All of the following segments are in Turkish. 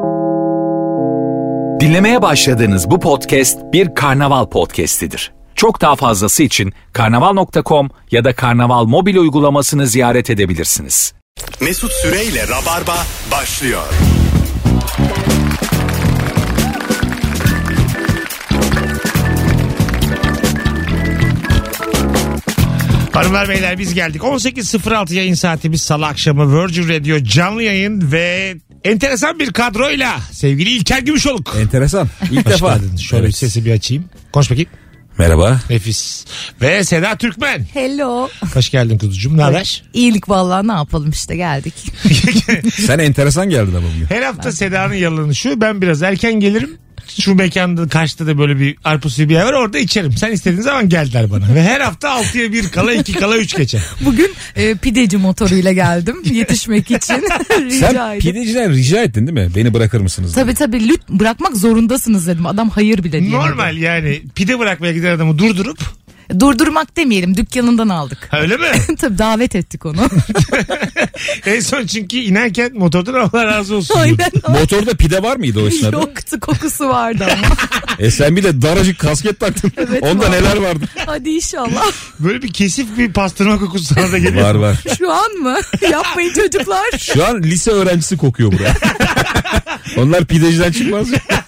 Dinlemeye başladığınız bu podcast bir karnaval podcastidir. Çok daha fazlası için karnaval.com ya da karnaval mobil uygulamasını ziyaret edebilirsiniz. Mesut Süreyle Rabarba başlıyor. Hanımlar beyler biz geldik. 18.06 yayın saatimiz, salı akşamı Virgin Radio canlı yayın ve enteresan bir kadroyla sevgili İlker Gümüşoluk. Enteresan. İlk defa. Şöyle Evet. sesi bir açayım. Konuş bakayım. Merhaba. Nefis. Ve Seda Türkmen. Hello. Hoş geldin kuzucuğum. Ne haber? İyilik vallahi, ne yapalım işte, geldik. Sen enteresan geldin ama bugün. Her hafta Seda'nın yalanı şu: ben biraz erken gelirim. Şu mekanda karşıda da böyle bir arpa suyu bir yer var, orada içerim. Sen istediğin zaman geldiler bana. Ve her hafta 6'ya 1 kala 2 kala 3 geçe. Bugün pideci motoruyla geldim yetişmek için. Rica Sen ederim. pideciden rica ettin değil mi? Beni bırakır mısınız? Tabii bırakmak zorundasınız dedim. Adam hayır bile diyemedi. Normal yani pide bırakmaya giden adamı durdurup. Durdurmak demeyelim, dükkanından aldık. Ha, öyle mi? Tabii davet ettik onu. En son çünkü inerken motordan Allah razı olsun. Aynen. Motorda pide var mıydı o esnada? Yoktu, kokusu vardı ama. Sen bir de daracık kasket taktın. Evet, Onda var. neler vardı? Hadi inşallah. Böyle bir kesif bir pastırma kokusu sana da geliyor. Var. Şu an mı? Yapmayın çocuklar. Şu an lise öğrencisi kokuyor buraya. Onlar pideciden çıkmaz.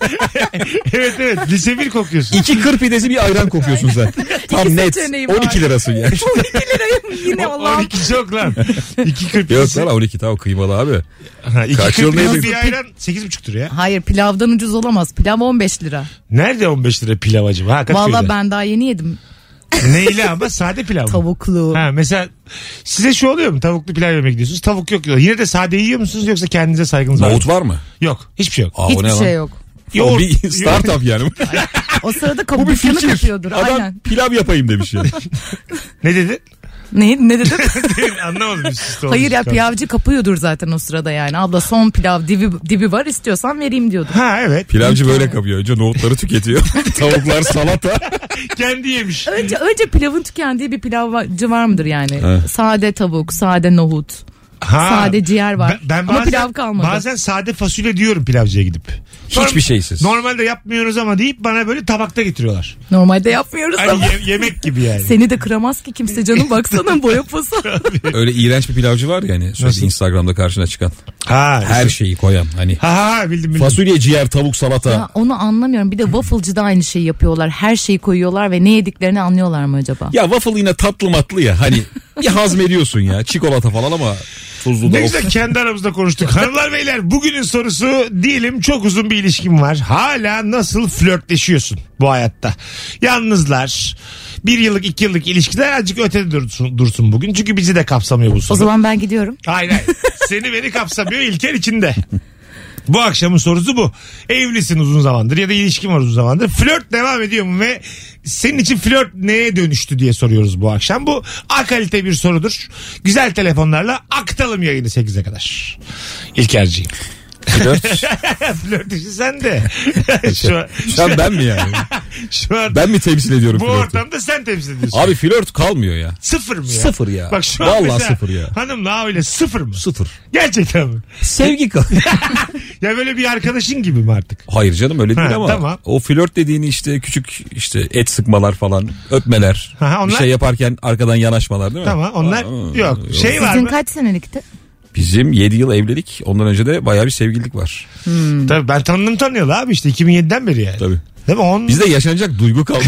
Evet lise 1 kokuyorsun. 2 kır pidesi bir ayran kokuyorsun sen. Tam İki net. seçeneği var. 12 lirasın yani. 12 lirayım yine Allah'ım. 12 çok lan. 2 kırk Yok pidesi. lan 12 tamam, kıymalı abi. 2 Kaç kırk yıl pidesi neydi? bir ayran 8,5 lira ya. Hayır, pilavdan ucuz olamaz. Pilav 15 lira. Nerede 15 lira pilav acaba? Ha, kaç Valla kilo? ben daha yeni yedim. Neyle ama sade pilav mı? Tavuklu. Ha, mesela size şu oluyor mu? Tavuklu pilav yemek gidiyorsunuz. Tavuk yok diyor. Yine de sade yiyor musunuz yoksa kendinize saygınız var mı? Nohut var mı? Yok. Hiçbir şey yok. Aa, o ne Hiçbir lan? şey yok. O Yoğurt- bir startup yani. O sırada Bu bir dükkanı fikir. kapıyordur. Adam Aynen. pilav yapayım demiş yani. Ne dedi? Ne dedim? Anlamadım. Üst Hayır ya, pilavcı kapıyordur zaten o sırada yani. Abla son pilav dibi var, istiyorsan vereyim diyordu. Ha evet. Pilavcı böyle kapıyor. Önce nohutları tüketiyor. Tavuklar salata. Kendi yemiş. Önce pilavın tükendiği bir pilavcı var mıdır yani? Ha. Sade tavuk, sade nohut. Ha. Sade ciğer var. Ben Ama bazen, pilav kalmadı. Bazen sade fasulye diyorum pilavcıya gidip. Hiçbir şeysiz. Normalde yapmıyoruz ama deyip bana böyle tabakta getiriyorlar. Normalde yapmıyoruz Hani ama. yemek gibi yani. Seni de kıramaz ki kimse canım, baksana boya posa. Öyle iğrenç bir pilavcı var yani. Nasıl? Instagram'da karşına çıkan. Ha, Her şeyi koyan. Hani ha bildim. fasulye, ciğer, tavuk, salata. Ya onu anlamıyorum. Bir de waffle'cı da aynı şeyi yapıyorlar. Her şeyi koyuyorlar ve ne yediklerini anlıyorlar mı acaba? Ya waffle yine tatlı matlı ya. Hani bir hazmediyorsun ya. Çikolata falan ama tuzlu da. Ne güzel kendi aramızda konuştuk. Hanımlar beyler, bugünün sorusu, diyelim çok uzun bir ilişkin var. Hala nasıl flörtleşiyorsun bu hayatta? Yalnızlar, 1 yıllık 2 yıllık ilişkiler azıcık ötede dursun bugün. Çünkü bizi de kapsamıyor bu soru. O zaman ben gidiyorum. Hayır. Seni beni kapsamıyor, İlker içinde. Bu akşamın sorusu bu. Evlisin uzun zamandır ya da ilişkin var uzun zamandır. Flört devam ediyor mu ve senin için flört neye dönüştü diye soruyoruz bu akşam. Bu A kalite bir sorudur. Güzel telefonlarla aktalım yayını 8'e kadar. İlkerciğim. Flört işi sende. Şu an ben mi yani? Şu an Ben mi temsil ediyorum bu flörtü? ortamda sen temsil ediyorsun. Abi flört kalmıyor ya. Sıfır mı ya? Sıfır ya. Bak şu an Vallahi mesela sıfır ya. hanımla öyle sıfır mı? Sıfır. Gerçekten mi? Sevgi Ya böyle bir arkadaşın gibi mi artık? Hayır canım öyle değil Ha, ama tamam. o flört dediğini işte küçük işte et sıkmalar falan, öpmeler. Ha, onlar- Bir şey yaparken arkadan yanaşmalar değil mi? Tamam, onlar yok. Şey var Sizin mı? kaç senelikti? Bizim 7 yıl evlilik. Ondan önce de bayağı bir sevgililik var. Tabii ben tanıyalı abi işte 2007'den beri yani. Tabii. Değil mi? Bizde yaşanacak duygu kaldı.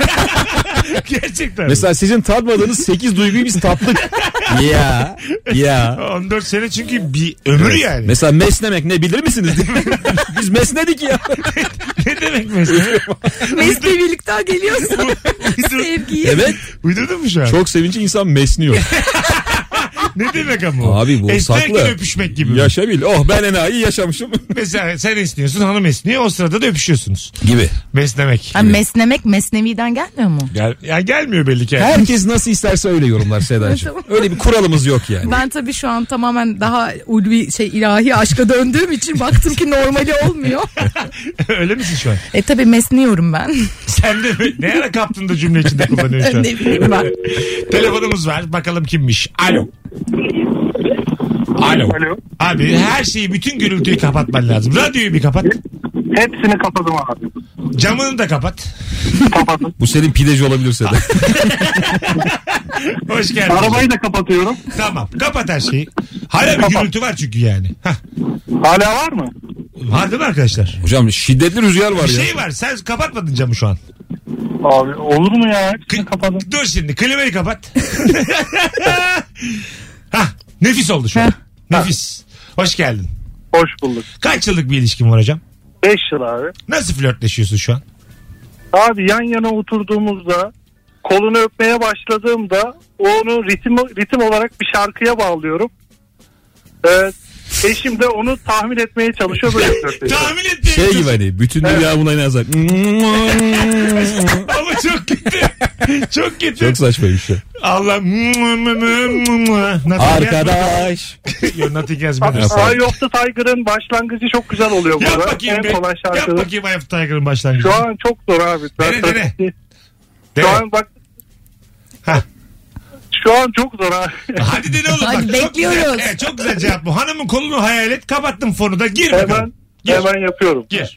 Gerçekten. Mesela sizin tatmadığınız 8 duyguyu biz tattık. Ya. 14 sene çünkü bir ömür yani. Mesela mesnemek ne bilir misiniz? Biz mesnedik ya. Ne demek mesela? Mesle birlikte geliyorsa sevgiyi. Evet. Uydurdun mu şu an? Çok sevinci insan mesniyor. Ne demek ama o? Abi bu Esnerken saklı. öpüşmek gibi. Yaşa bil. Oh ben enayi yaşamışım. Mesela sen esniyorsun, hanım esniyor, o sırada da öpüşüyorsunuz. Gibi. Mesnemek. Ha, mesnemek mesneviden gelmiyor mu? Ya gelmiyor belli ki. Herkes nasıl isterse öyle yorumlar Sedacığım. Öyle bir kuralımız yok yani. Ben tabii şu an tamamen daha ulvi ilahi aşka döndüğüm için baktım ki normali olmuyor. Öyle misin şu an? Tabii mesniyorum ben. Sen de ne ara kaptın da cümle içinde kullanıyorsun şu an? Ne bileyim ben. Telefonumuz var. Bakalım kimmiş. Alo. Alo. Alo. Abi her şeyi, bütün gürültüyü kapatman lazım. Radyoyu bir kapat. Hepsini kapadım abi. Camını da kapat. Kapadım. Bu senin pideci olabilirse de. Hoş geldin. Arabayı da kapatıyorum. Tamam. Kapat her şeyi. Hala bir gürültü var çünkü yani. Hah. Hala var mı? Var değil mi arkadaşlar? Hocam şiddetli rüzgar var Bir ya. şey var. Sen kapatmadın camı şu an. Abi olur mu ya? Hepsini kapadım. Dur şimdi. Klimayı kapat. Hah. Nefis oldu şu an. Nefis. Hoş geldin. Hoş bulduk. Kaç yıllık bir ilişkin var hocam? 5 yıl abi. Nasıl flörtleşiyorsun şu an? Abi yan yana oturduğumuzda kolunu öpmeye başladığımda onu ritim olarak bir şarkıya bağlıyorum. Eşim de onu tahmin etmeye çalışıyor, böyle flörtleşiyor. Tahmin etmeye Şey gibi hani bütün dünya buna yazar. Ama çok kötü. Çok kötü. Çok saçma bir şey. Allah. Arkadaş. You're nothing has Abi, been. Eye of the Tiger'ın başlangıcı çok güzel oluyor Yap burada. bakayım En be. kolay Yap şarkı. bakayım Eye of the Tiger'ın başlangıcı. Şu an çok zor abi. Dene. Şu an bak. Hah. Şu an çok zor abi. Hadi dene oğlum. Hadi bak. bekliyoruz. Çok güzel, çok güzel cevap bu. Hanımın kolunu hayal et. Kapattım fonu da. Gir bakalım. Gir. Hemen yapıyorum. Gir.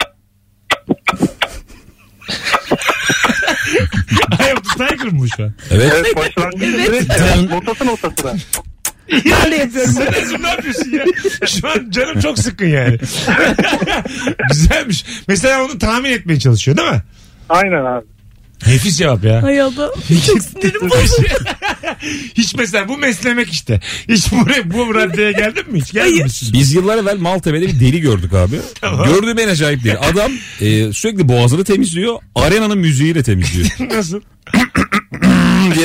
Eye of the Tiger mı bu şu an? Evet. Evet, başlangıcı direkt notasına. Ben de yapıyorum. Sen ne yapıyorsun ya? Şu an canım çok sıkkın yani. Güzelmiş. Mesela onu tahmin etmeye çalışıyor değil mi? Aynen abi. Nefis cevap ya. Hay Allah. Çok sinirim bozuldu. Hiç mesela bu meslemek işte. Hiç bu raddeye geldin mi hiç? Geldin misin? Biz yıllar evvel Maltepe'de bir deli gördük abi. Tamam. Gördüğüm en acayip deli. Adam sürekli boğazını temizliyor. Arena'nın müziğiyle temizliyor. Nasıl? diye.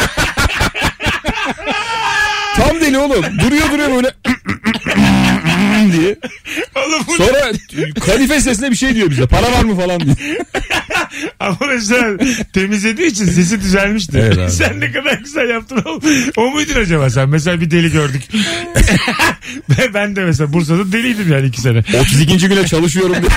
Tam deli oğlum. Duruyor böyle diye. Oğlum bu Sonra kalife sesine bir şey diyor bize. Para var mı falan diye. ama mesela temizlediği için sesi düzelmişti. Evet abi. Sen ne kadar güzel yaptın oğlum. O muydun acaba sen? Mesela bir deli gördük. Ben de mesela Bursa'da deliydim yani 2 sene. 32. güne çalışıyorum diye.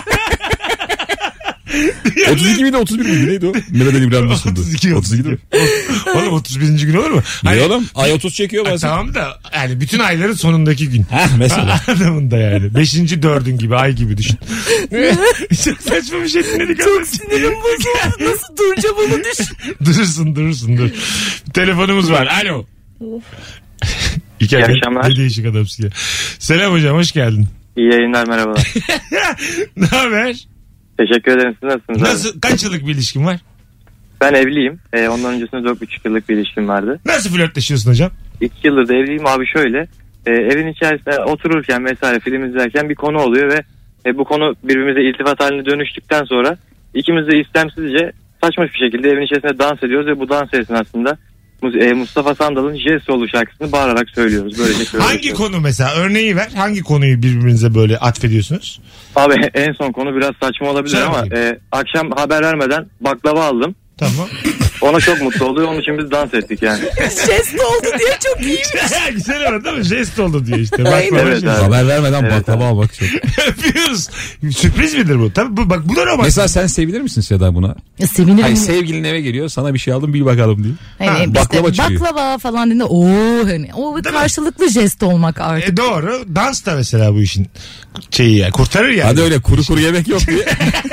32 miydi 31 miydi neydi o? Mehmet Ali İbrahim Mesut'u. 32 değil mi? Oğlum 31. gün olur mu? Ne oğlum? Ay 30 çekiyor bazen. Tamam da yani bütün ayların sonundaki gün. Heh mesela. Anlamında yani. 5. 4'ün gibi, ay gibi düşün. Çok saçma bir şey dinledik. Çok Sinirim bozuldu. Nasıl duracağım onu düşün. Durursun dur. Telefonumuz var. Alo. İyi akşamlar. Ne değişik adamsın ya. Selam hocam, hoş geldin. İyi yayınlar, merhabalar. Ne haber? Teşekkür ederim, siz nasılsınız? Nasıl, kaç yıllık bir ilişkin var? Ben evliyim. Ondan öncesinde 4,5 yıllık bir ilişkim vardı. Nasıl flörtleşiyorsun hocam? 2 yıldır da evliyim abi, şöyle. Evin içerisinde otururken vesaire film izlerken bir konu oluyor ve bu konu birbirimize iltifat haline dönüştükten sonra ikimiz de istemsizce saçma bir şekilde evin içerisinde dans ediyoruz ve bu dans esnasında Mustafa Sandal'ın J Solo şarkısını bağırarak söylüyoruz. Böylece hangi konu mesela? Örneği ver. Hangi konuyu birbirinize böyle atfediyorsunuz? Abi en son konu biraz saçma olabilir Söyle ama akşam haber vermeden baklava aldım. Tamam. Ona çok mutlu oluyor. Onun için biz dans ettik yani. Jest oldu diye çok iyiymiş. Güzel ama değil mi? Jest oldu diyor işte. Bak, Evet, jest. abi. Haber vermeden baklava almak çok. Öpüyoruz. Sürpriz midir bu? Tabii bu, bak bu da romantik. Mesela sen sevinir misin Seda buna? Sevinirim. Hayır, sevgilin eve geliyor, sana bir şey aldım bil bakalım diye. Hani işte baklava çıkıyor. baklava falan dediğinde hani o bir karşılıklı jest olmak artık. Doğru. Dans da mesela bu işin şeyi ya. Kurtarır yani. Hadi öyle kuru yemek yok diye.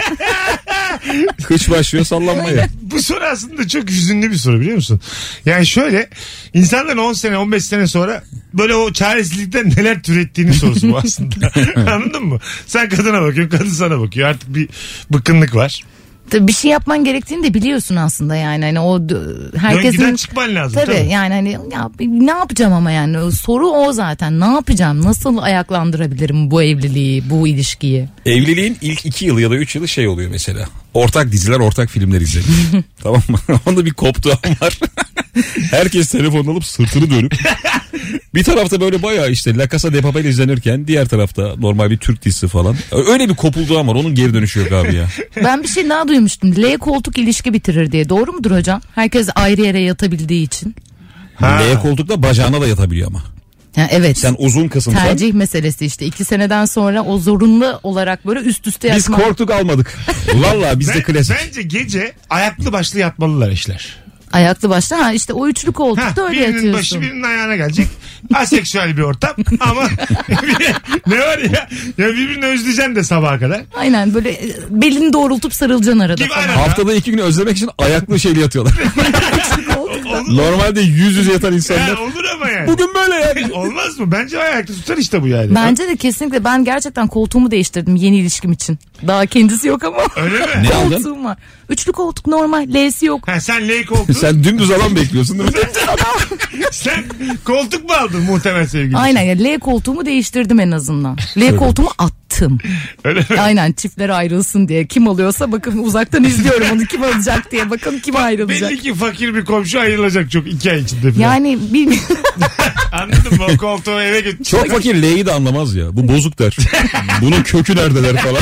Kış başlıyor sallanmaya. Bu soru aslında çok hüzünlü bir soru, biliyor musun? Yani şöyle, insanların 10 sene 15 sene sonra böyle o çaresizlikten neler türettiğini sorusu bu aslında. Anladın mı? Sen kadına bakıyorsun, kadın sana bakıyor. Artık bir bıkkınlık var. Tabii bir şey yapman gerektiğini de biliyorsun aslında yani hani o herkesin Döngüden çıkman lazım. tabii. Yani hani ya, ne yapacağım ama yani soru o zaten, ne yapacağım, nasıl ayaklandırabilirim bu evliliği, bu ilişkiyi. Evliliğin ilk 2 yılı ya da 3 yılı şey oluyor mesela. Ortak diziler, ortak filmler izledik. Tamam mı? Onda bir koptu an var. Herkes telefon alıp sırtını dönüp bir tarafta böyle bayağı işte La Casa de Papel izlenirken diğer tarafta normal bir Türk dizisi falan. Öyle bir kopulduğu an var. Onun geri dönüşü yok abi ya. Ben bir şey daha duymuştum. L koltuk ilişki bitirir diye. Doğru mudur hocam? Herkes ayrı yere yatabildiği için. L koltukta bacağına da yatabiliyor ama. Ha, evet. Sen uzun kısımsan. Tercih meselesi işte. 2 seneden sonra o zorunlu olarak böyle üst üste Biz yatmak. korktuk almadık. Valla bizde klasik. Bence gece ayaklı başlı yatmalılar eşler. Ayaklı başta işte o üçlü koltukta öyle birinin yatıyorsun. başı birinin ayağına gelecek. Aseksüel bir ortam ama ne var ya? Ya birbirini özleyeceksin de sabaha kadar. Aynen böyle belini doğrultup sarılacaksın arada Kim falan. arada? Haftada 2 gün özlemek için ayaklı şeyle yatıyorlar. Olur. Normalde yüz yüze yatan insanlar. Olur ama yani. Bugün böyle yani. Olmaz mı? Bence ayakta tutar işte bu yani. Bence de kesinlikle ben gerçekten koltuğumu değiştirdim yeni ilişkim için. Daha kendisi yok ama. Öyle mi? Ne aldın? Koltuğum var. Üçlü koltuk normal. L'si yok. Ha, sen L koltuk. Sen dümdüz alan bekliyorsun değil mi? Sen koltuk mu aldın muhtemel sevgili? Aynen ya L koltuğumu değiştirdim en azından. L koltuğumu attım. Öyle mi? Aynen çiftler ayrılsın diye. Kim alıyorsa bakın uzaktan izliyorum onu kim alacak diye. Bakın kim ayrılacak. Belli ki fakir bir komşu ayrılacak çok 2 ay içinde falan. Yani bilmiyorum. Anladın mı? O koltuğu eve götür. Çok fakir L'yi de anlamaz ya. Bu bozuk der. Bunun kökü neredeler falan.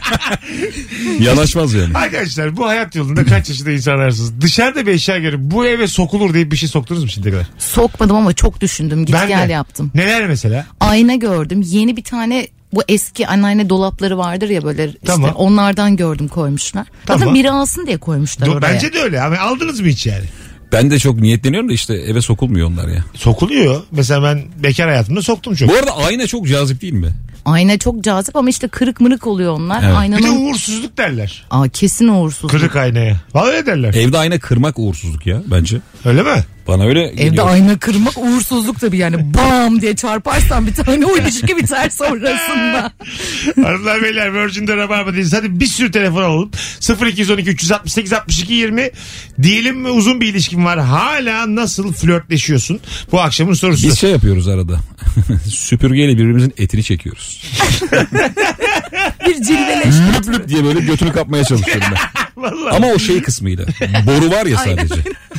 Yanaşmaz yani. Arkadaşlar bu hayat yolunda kaç yaşında insanlarsınız? Dışarıda bir eşya görüp bu eve sokulur deyip bir şey soktunuz mu şimdiye kadar? Sokmadım ama çok düşündüm. Git Ben gel de. yaptım. Neler mesela? Ayna gördüm. Yeni bir tane bu eski anneanne dolapları vardır ya böyle Tamam. işte onlardan gördüm koymuşlar. Tamam. Zaten biri alsın diye koymuşlar oraya. Bence de öyle ama aldınız mı hiç yani? Ben de çok niyetleniyorum da işte eve sokulmuyor onlar ya. Sokuluyor. Mesela ben bekar hayatımda soktum çok. Bu arada ayna çok cazip değil mi? Ayna çok cazip ama işte kırık mırık oluyor onlar. Evet. Bir de Aynanın uğursuzluk derler. kesin uğursuz. Kırık aynaya. Vallahi öyle derler. Evde ayna kırmak uğursuzluk ya bence. Öyle mi? Bana öyle Evde geliyor. ayna kırmak uğursuzluk tabii yani bam diye çarparsan bir tane o ilişki biter sonrasında. Hanımlar beyler Virgin'de Rabarba'dayız. Hadi bir sürü telefon alalım. 0212 368 62 20. Diyelim mi uzun bir ilişkin var. Hala nasıl flörtleşiyorsun? Bu akşamın sorusu. Biz şey yapıyoruz arada. Süpürgeyle birbirimizin etini çekiyoruz. Bir cilveleş. Lüp lüp diye böyle götünü kapmaya çalışıyorum ben. Vallahi. Ama o şey kısmıyla. Boru var ya sadece.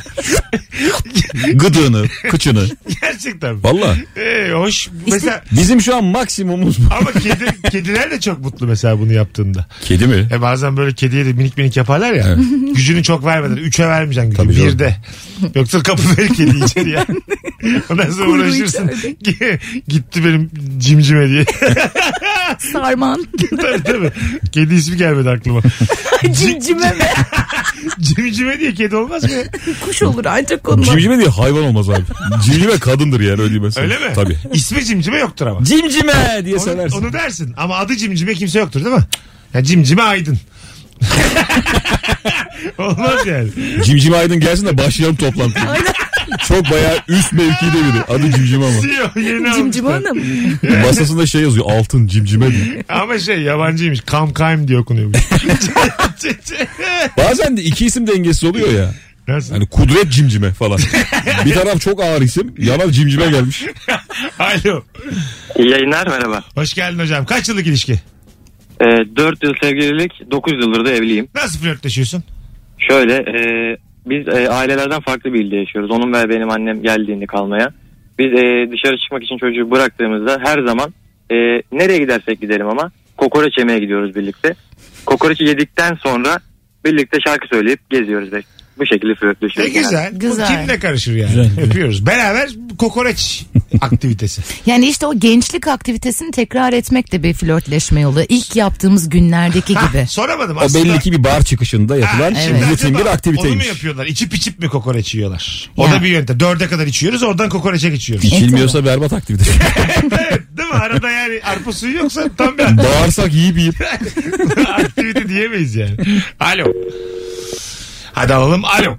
Gıdığını, kıçını. Gerçekten. Valla. Hoş. Mesela Bizim şu an maksimumumuz bu. ama kediler de çok mutlu mesela bunu yaptığında. Kedi mi? Bazen böyle kediye de minik yaparlar ya. Evet. Gücünü çok vermeden 3'e vermeyeceksin gücünü. Tabii canım. 1'de. Yoksa kapı verir kedi içeri ya. Ondan sonra Kuyruğu uğraşırsın. Gitti benim cimcime diye. Sarman. tabii. Kedi ismi gelmedi aklıma. Cimcime mi? Cimcime diye kedi olmaz mı ya? Kuş olur ancak onunla. Cimcime diye hayvan olmaz abi. Cimcime kadındır yani öyle diyeyim. Öyle mi? Tabii. İsmi cimcime yoktur ama. Cimcime diye seversin. Onu dersin. Ama adı cimcime kimse yoktur değil mi? Ya cimcime Aydın. Olmaz yani. Cimcime Aydın gelsin de başlayalım toplantıyı. Çok bayağı üst mevkide biri. Adı Cimcime ama. CEO yeni Cimcime almışlar. hanım. Masasında şey yazıyor. Altın Cimcime diye. Ama yabancıymış. Kamkaim diye okunuyormuş. Bazen de iki isim dengesi oluyor ya. Nasıl? Hani Kudret Cimcime falan. Bir taraf çok ağır isim. Yana Cimcime gelmiş. Alo. İyi yayınlar, merhaba. Hoş geldin hocam. Kaç yıllık ilişki? 4 yıl sevgililik, 9 yıldır da evliyim. Nasıl flörtleşiyorsun? Şöyle biz ailelerden farklı bir ilde yaşıyoruz. Onun ve benim annem geldiğinde kalmaya. Biz dışarı çıkmak için çocuğu bıraktığımızda her zaman nereye gidersek gidelim ama kokoreç yemeye gidiyoruz birlikte. Kokoreçi yedikten sonra birlikte şarkı söyleyip geziyoruz ve bu şekilde flörtleşiyoruz. Güzel. Güzel. Bu kimle karışır yani? Güzel. Öpüyoruz. Beraber kokoreç aktivitesi. Yani işte o gençlik aktivitesini tekrar etmek de bir flörtleşme yolu. İlk yaptığımız günlerdeki gibi. Soramadım O aslında. belli ki bir bar çıkışında yapılan evet. rutin bir Onu mu aktiviteymiş. yapıyorlar? İçip içip mi kokoreç yiyorlar? O Ya. da bir yöntem. 4'e kadar içiyoruz, oradan kokoreçe geçiyoruz. İçilmiyorsa berbat aktivite. Değil mi? Arada yani arpa suyu yoksa tam bir Bağırsak yiyip aktivite diyemeyiz yani. Alo. Hadi alalım. Alo.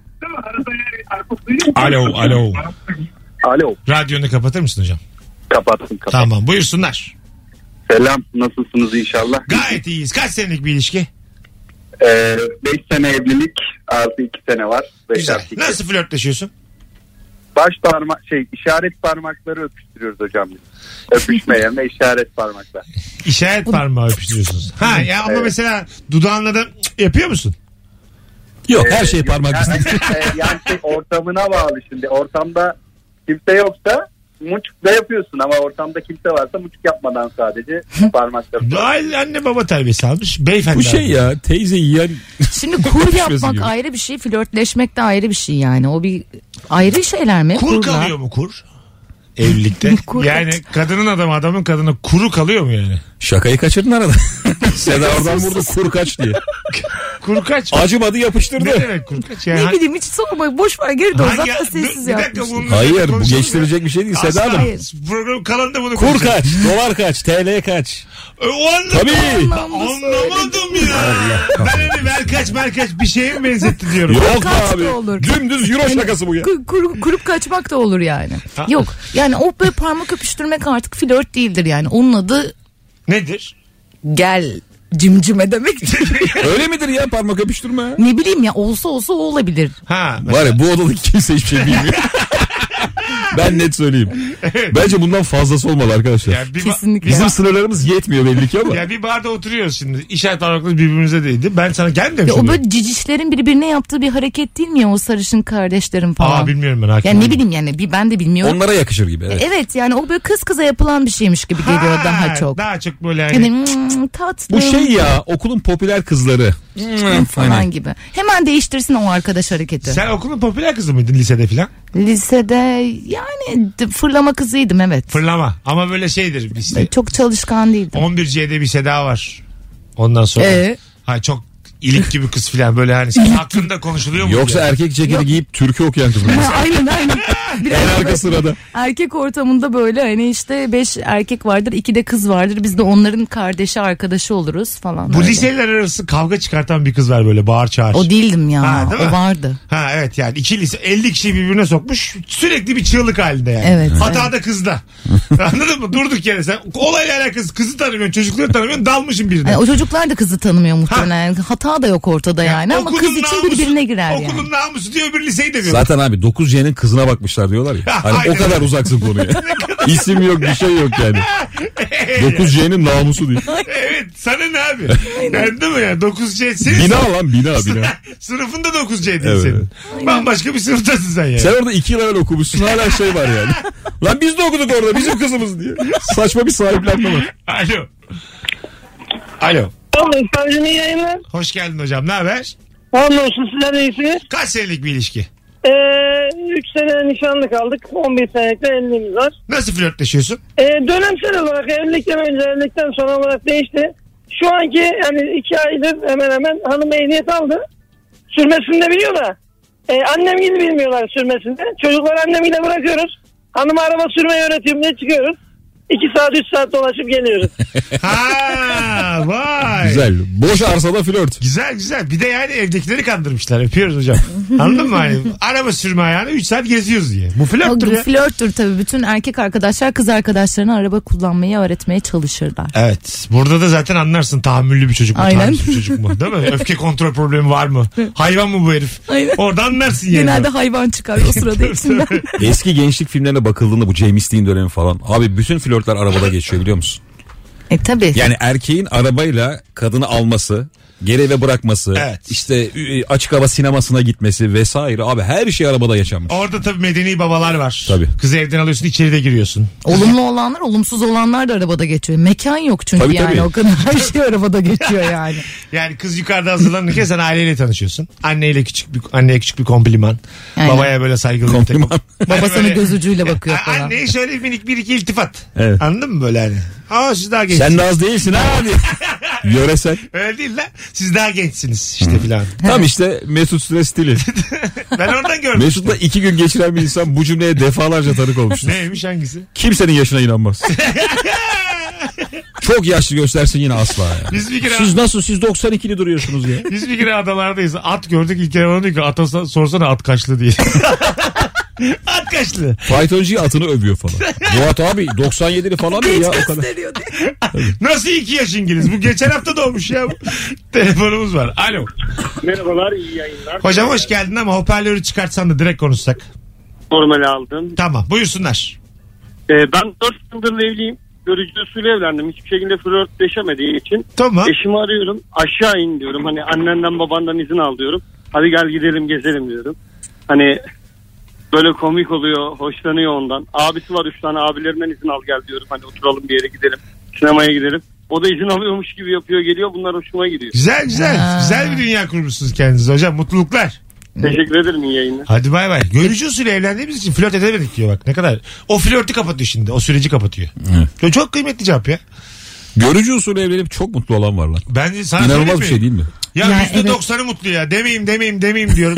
Alo. Alo. Radyonu kapatır mısın hocam? Kapattım. Tamam, buyursunlar. Selam. Nasılsınız inşallah? Gayet iyiyiz. Kaç senelik bir ilişki? 5 sene evlilik artı 2 sene var. 5 Güzel. artı 2. Nasıl flörtleşiyorsun? Baş parmak işaret parmakları öpüştürüyoruz hocam biz. Öpüşme yerine işaret parmaklar. İşaret parmağı öpüştürüyorsunuz. Ha ya ama Evet. mesela dudağınla da yapıyor musun? yok her şey parmak Yani, izi. yani ortamına bağlı şimdi. Ortamda kimse yoksa muçuk da yapıyorsun ama ortamda kimse varsa muçuk yapmadan sadece parmakları. Anne baba terbiyesi almış. Beyefendi. Bu şey ya teyze yiyen Şimdi kur Öpüşmesi yapmak gibi. ayrı bir şey, flörtleşmek de ayrı bir şey yani. O bir ayrı şeyler mi? Kur Kurlar. kalıyor mu kur? evlilikte. Kuru Yani kadının adamı adamın kadına kuru kalıyor mu yani? Şakayı kaçırdın arada. Seda oradan vurdu kur kaç diye. Kuru kaç? Acımadı yapıştırdı. Ne demek kuru kaç? Yani Ne bileyim hiç sorma boş ver geri de uzatma sessiz bir dakika yapmış. bunun Hayır bu konuşalım geçtirecek bir şey değil Seda Asla. Hanım. Program kalanında bunu Kur konuşalım. kaç, dolar kaç, TL kaç. O anda Tabii. anlamadım ya. Ben hani ver kaç bir şeye mi benzetti diyorum. Yok Kaç abi. da olur. Dümdüz euro şakası bu ya. Kurup kaçmak da olur yani. Yok yani o böyle parmak öpüştürmek artık flört değildir yani. Onun adı Nedir? gel cimcime demektir. Öyle midir ya parmak öpüştürme? Ne bileyim ya olsa o olabilir. Ha. Var ya bu odadaki kimse hiçbir şey bilmiyor. Ben net söyleyeyim. Bence bundan fazlası olmalı arkadaşlar. Yani bir Kesinlikle. Bizim sınırlarımız yetmiyor belli ki ama. Ya bir barda oturuyoruz şimdi. İşaret parmakları birbirimize değdi. Ben sana gelmiyor Ya o musun? böyle cicişlerin birbirine yaptığı bir hareket değil mi ya o sarışın kardeşlerin falan. Bilmiyorum ben hakim. Yani ne bileyim yani ben de bilmiyorum. Onlara yakışır gibi. Evet. Evet yani o böyle kız kıza yapılan bir şeymiş gibi geliyor daha çok. Daha çok böyle hani. Yani tatlı. Bu şey ya okulun popüler kızları. falan gibi. Hemen değiştirsin o arkadaş hareketi. Sen okulun popüler kızı mıydın lisede filan? Lisede yani fırlama kızıydım evet. Fırlama. Ama böyle şeydir işte. Çok çalışkan değildim. 11C'de bir Seda var. Ondan sonra. Ha çok ilik gibi kız filan böyle hani senin hakkında konuşuluyor mu? Yoksa erkek ceketi giyip türkü okuyan kız mı? aynen. Biraz En arka böyle sırada. erkek ortamında böyle hani işte 5 erkek vardır 2 de kız vardır. Biz de onların kardeşi arkadaşı oluruz falan. Bu öyle. liseler arası kavga çıkartan bir kız var böyle bağır çağır. O değildim ya. Ha, değil mi? O vardı. Ha evet yani iki lise 50 kişiyi birbirine sokmuş sürekli bir çığlık halinde yani. Evet, Hata da kızda. Anladın mı? Durduk yere sen olayla alakası kızı tanımıyorsun çocukları tanımıyorsun dalmışsın birine. Yani o çocuklar da kızı tanımıyor muhtemelen. Yani hata da yok ortada yani ama okulun kız için birbirine girer yani. Okulun namusu diyor öbür liseyi demiyor. Zaten abi 9C'nin kızına bakmışlar diyorlar ya. Hani Aynen. o kadar uzaksın konuya. İsim yok bir şey yok yani. 9C'nin namusu diyor. Evet sana ne abi? Yani değil mi ya 9C senin Bina lan bina. sınıfında 9C değil Evet. senin. Bambaşka bir sınıftasın sen yani. Sen orada 2 yıl evvel okumuşsun hala şey var yani. Lan biz de okuduk orada bizim kızımız diye. Saçma bir sahiplenme var. Alo. Savcım iyi yayınlar. Hoş geldin hocam ne haber? Hamdolsun sizler de iyisiniz. Kaç senelik bir ilişki? 3 sene nişanlı kaldık. 11 senelik de evliliğimiz var. Nasıl flörtleşiyorsun? Dönemsel olarak evlilikten önce evlilikten sonra olarak değişti. Şu anki yani 2 aydır hemen hemen hanım ehliyet aldı. Sürmesini de biliyor da. Annem gibi bilmiyorlar sürmesini. Çocukları annemle bırakıyoruz. Hanıma araba sürmeyi öğretiyorum diye çıkıyoruz. 2 saat 3 saat dolaşıp geliyoruz. Ha vay. Güzel. Boş arsada flört. Güzel. Bir de yani evdekileri kandırmışlar. Öpüyoruz hocam. Anladın mı? Hani araba sürme ayağını 3 saat geziyoruz diye. Bu flörttür ya. Flörttür tabii. Bütün erkek arkadaşlar kız arkadaşlarına araba kullanmayı öğretmeye çalışırlar. Evet. Burada da zaten anlarsın tahammüllü bir çocuk mu? Aynen. Tahammülsüz bir çocuk mu? Değil mi? Öfke kontrol problemi var mı? Hayvan mı bu herif? Aynen. Orada anlarsın yani. Genelde hayvan çıkar o sırada içinden. Eski gençlik filmlerine bakıldığında bu James Dean dönemi falan. Abi bütün flörtler arabada geçiyor biliyor musun? Tabii. Yani erkeğin arabayla kadını alması, geri eve bırakması, Evet. işte açık hava sinemasına gitmesi vesaire. Abi her şey arabada yaşanmış. Orada tabii medeni babalar var. Tabii. Kızı evden alıyorsun içeri de giriyorsun. Olumlu olanlar, olumsuz olanlar da arabada geçiyor. Mekan yok çünkü Tabii, yani tabii. o kadar her şey arabada geçiyor yani. Yani kız yukarıda hazırlanırken sen aileyle tanışıyorsun. Anneye küçük bir kompliman. Aynen. Babaya böyle saygılı bir takım. Kompliman. Hani Babasının böyle- göz ucuyla bakıyor falan. Anneye şöyle minik bir iki iltifat. Evet. Anladın mı böyle hani? Aa siz daha gençsiniz. Sen de az değilsin abi. Yöresel. Öyle değil lan. Siz daha gençsiniz işte filan. Tam işte Mesut Süre stili. Ben oradan gördüm. Mesut'la 2 gün geçiren bir insan bu cümleye defalarca tanık olmuştur. Neymiş hangisi? Kimsenin yaşına inanmaz. Çok yaşlı göstersin yine asla ya. Biz bir kere, Siz 92'li duruyorsunuz ya. biz bir kere adalardayız. At gördük ilk kere bana diyor ki ata sorsana at kaçlı diye. At kaçlı. Faytoncu atını övüyor falan. Bu at abi 97'li falan diyor ya o kadar. Nasıl 2 yaş İngiliz? Bu geçen hafta doğmuş ya. Telefonumuz var. Alo. Merhabalar, iyi yayınlar. Hocam hoş geldin ama hoparlörü çıkartsan da direkt konuşsak. Normal aldım. Tamam buyursunlar. Ben 4 yıldır evliyim. Görücü usulü evlendim. Hiçbir şekilde flörtleşemediği için. Tamam. Eşimi arıyorum. Aşağı in diyorum. Hani annenden babandan izin al diyorum. Hadi gel gidelim gezelim diyorum. Hani böyle komik oluyor. Hoşlanıyor ondan. Abisi var 3 tane abilerinden izin al gel diyorum. Hani oturalım bir yere gidelim. Sinemaya gidelim. O da izin alıyormuş gibi yapıyor geliyor. Bunlar hoşuma gidiyor. Güzel. Aa. Güzel bir dünya kurmuşsunuz kendinize hocam. Mutluluklar. Teşekkür ederim, iyi yayınlar. Hadi bay bay. Görücü usulü evlendiğimiz için flört edemedik diyor bak ne kadar. O flörtü kapatıyor şimdi. O süreci kapatıyor. Evet. Çok kıymetli cevap ya. Görücü usulü evlenip çok mutlu olan var lan. Bence sana İnanılmaz bir şey değil mi? Ya Yani %90'ı mutlu ya. Demeyeyim diyorum.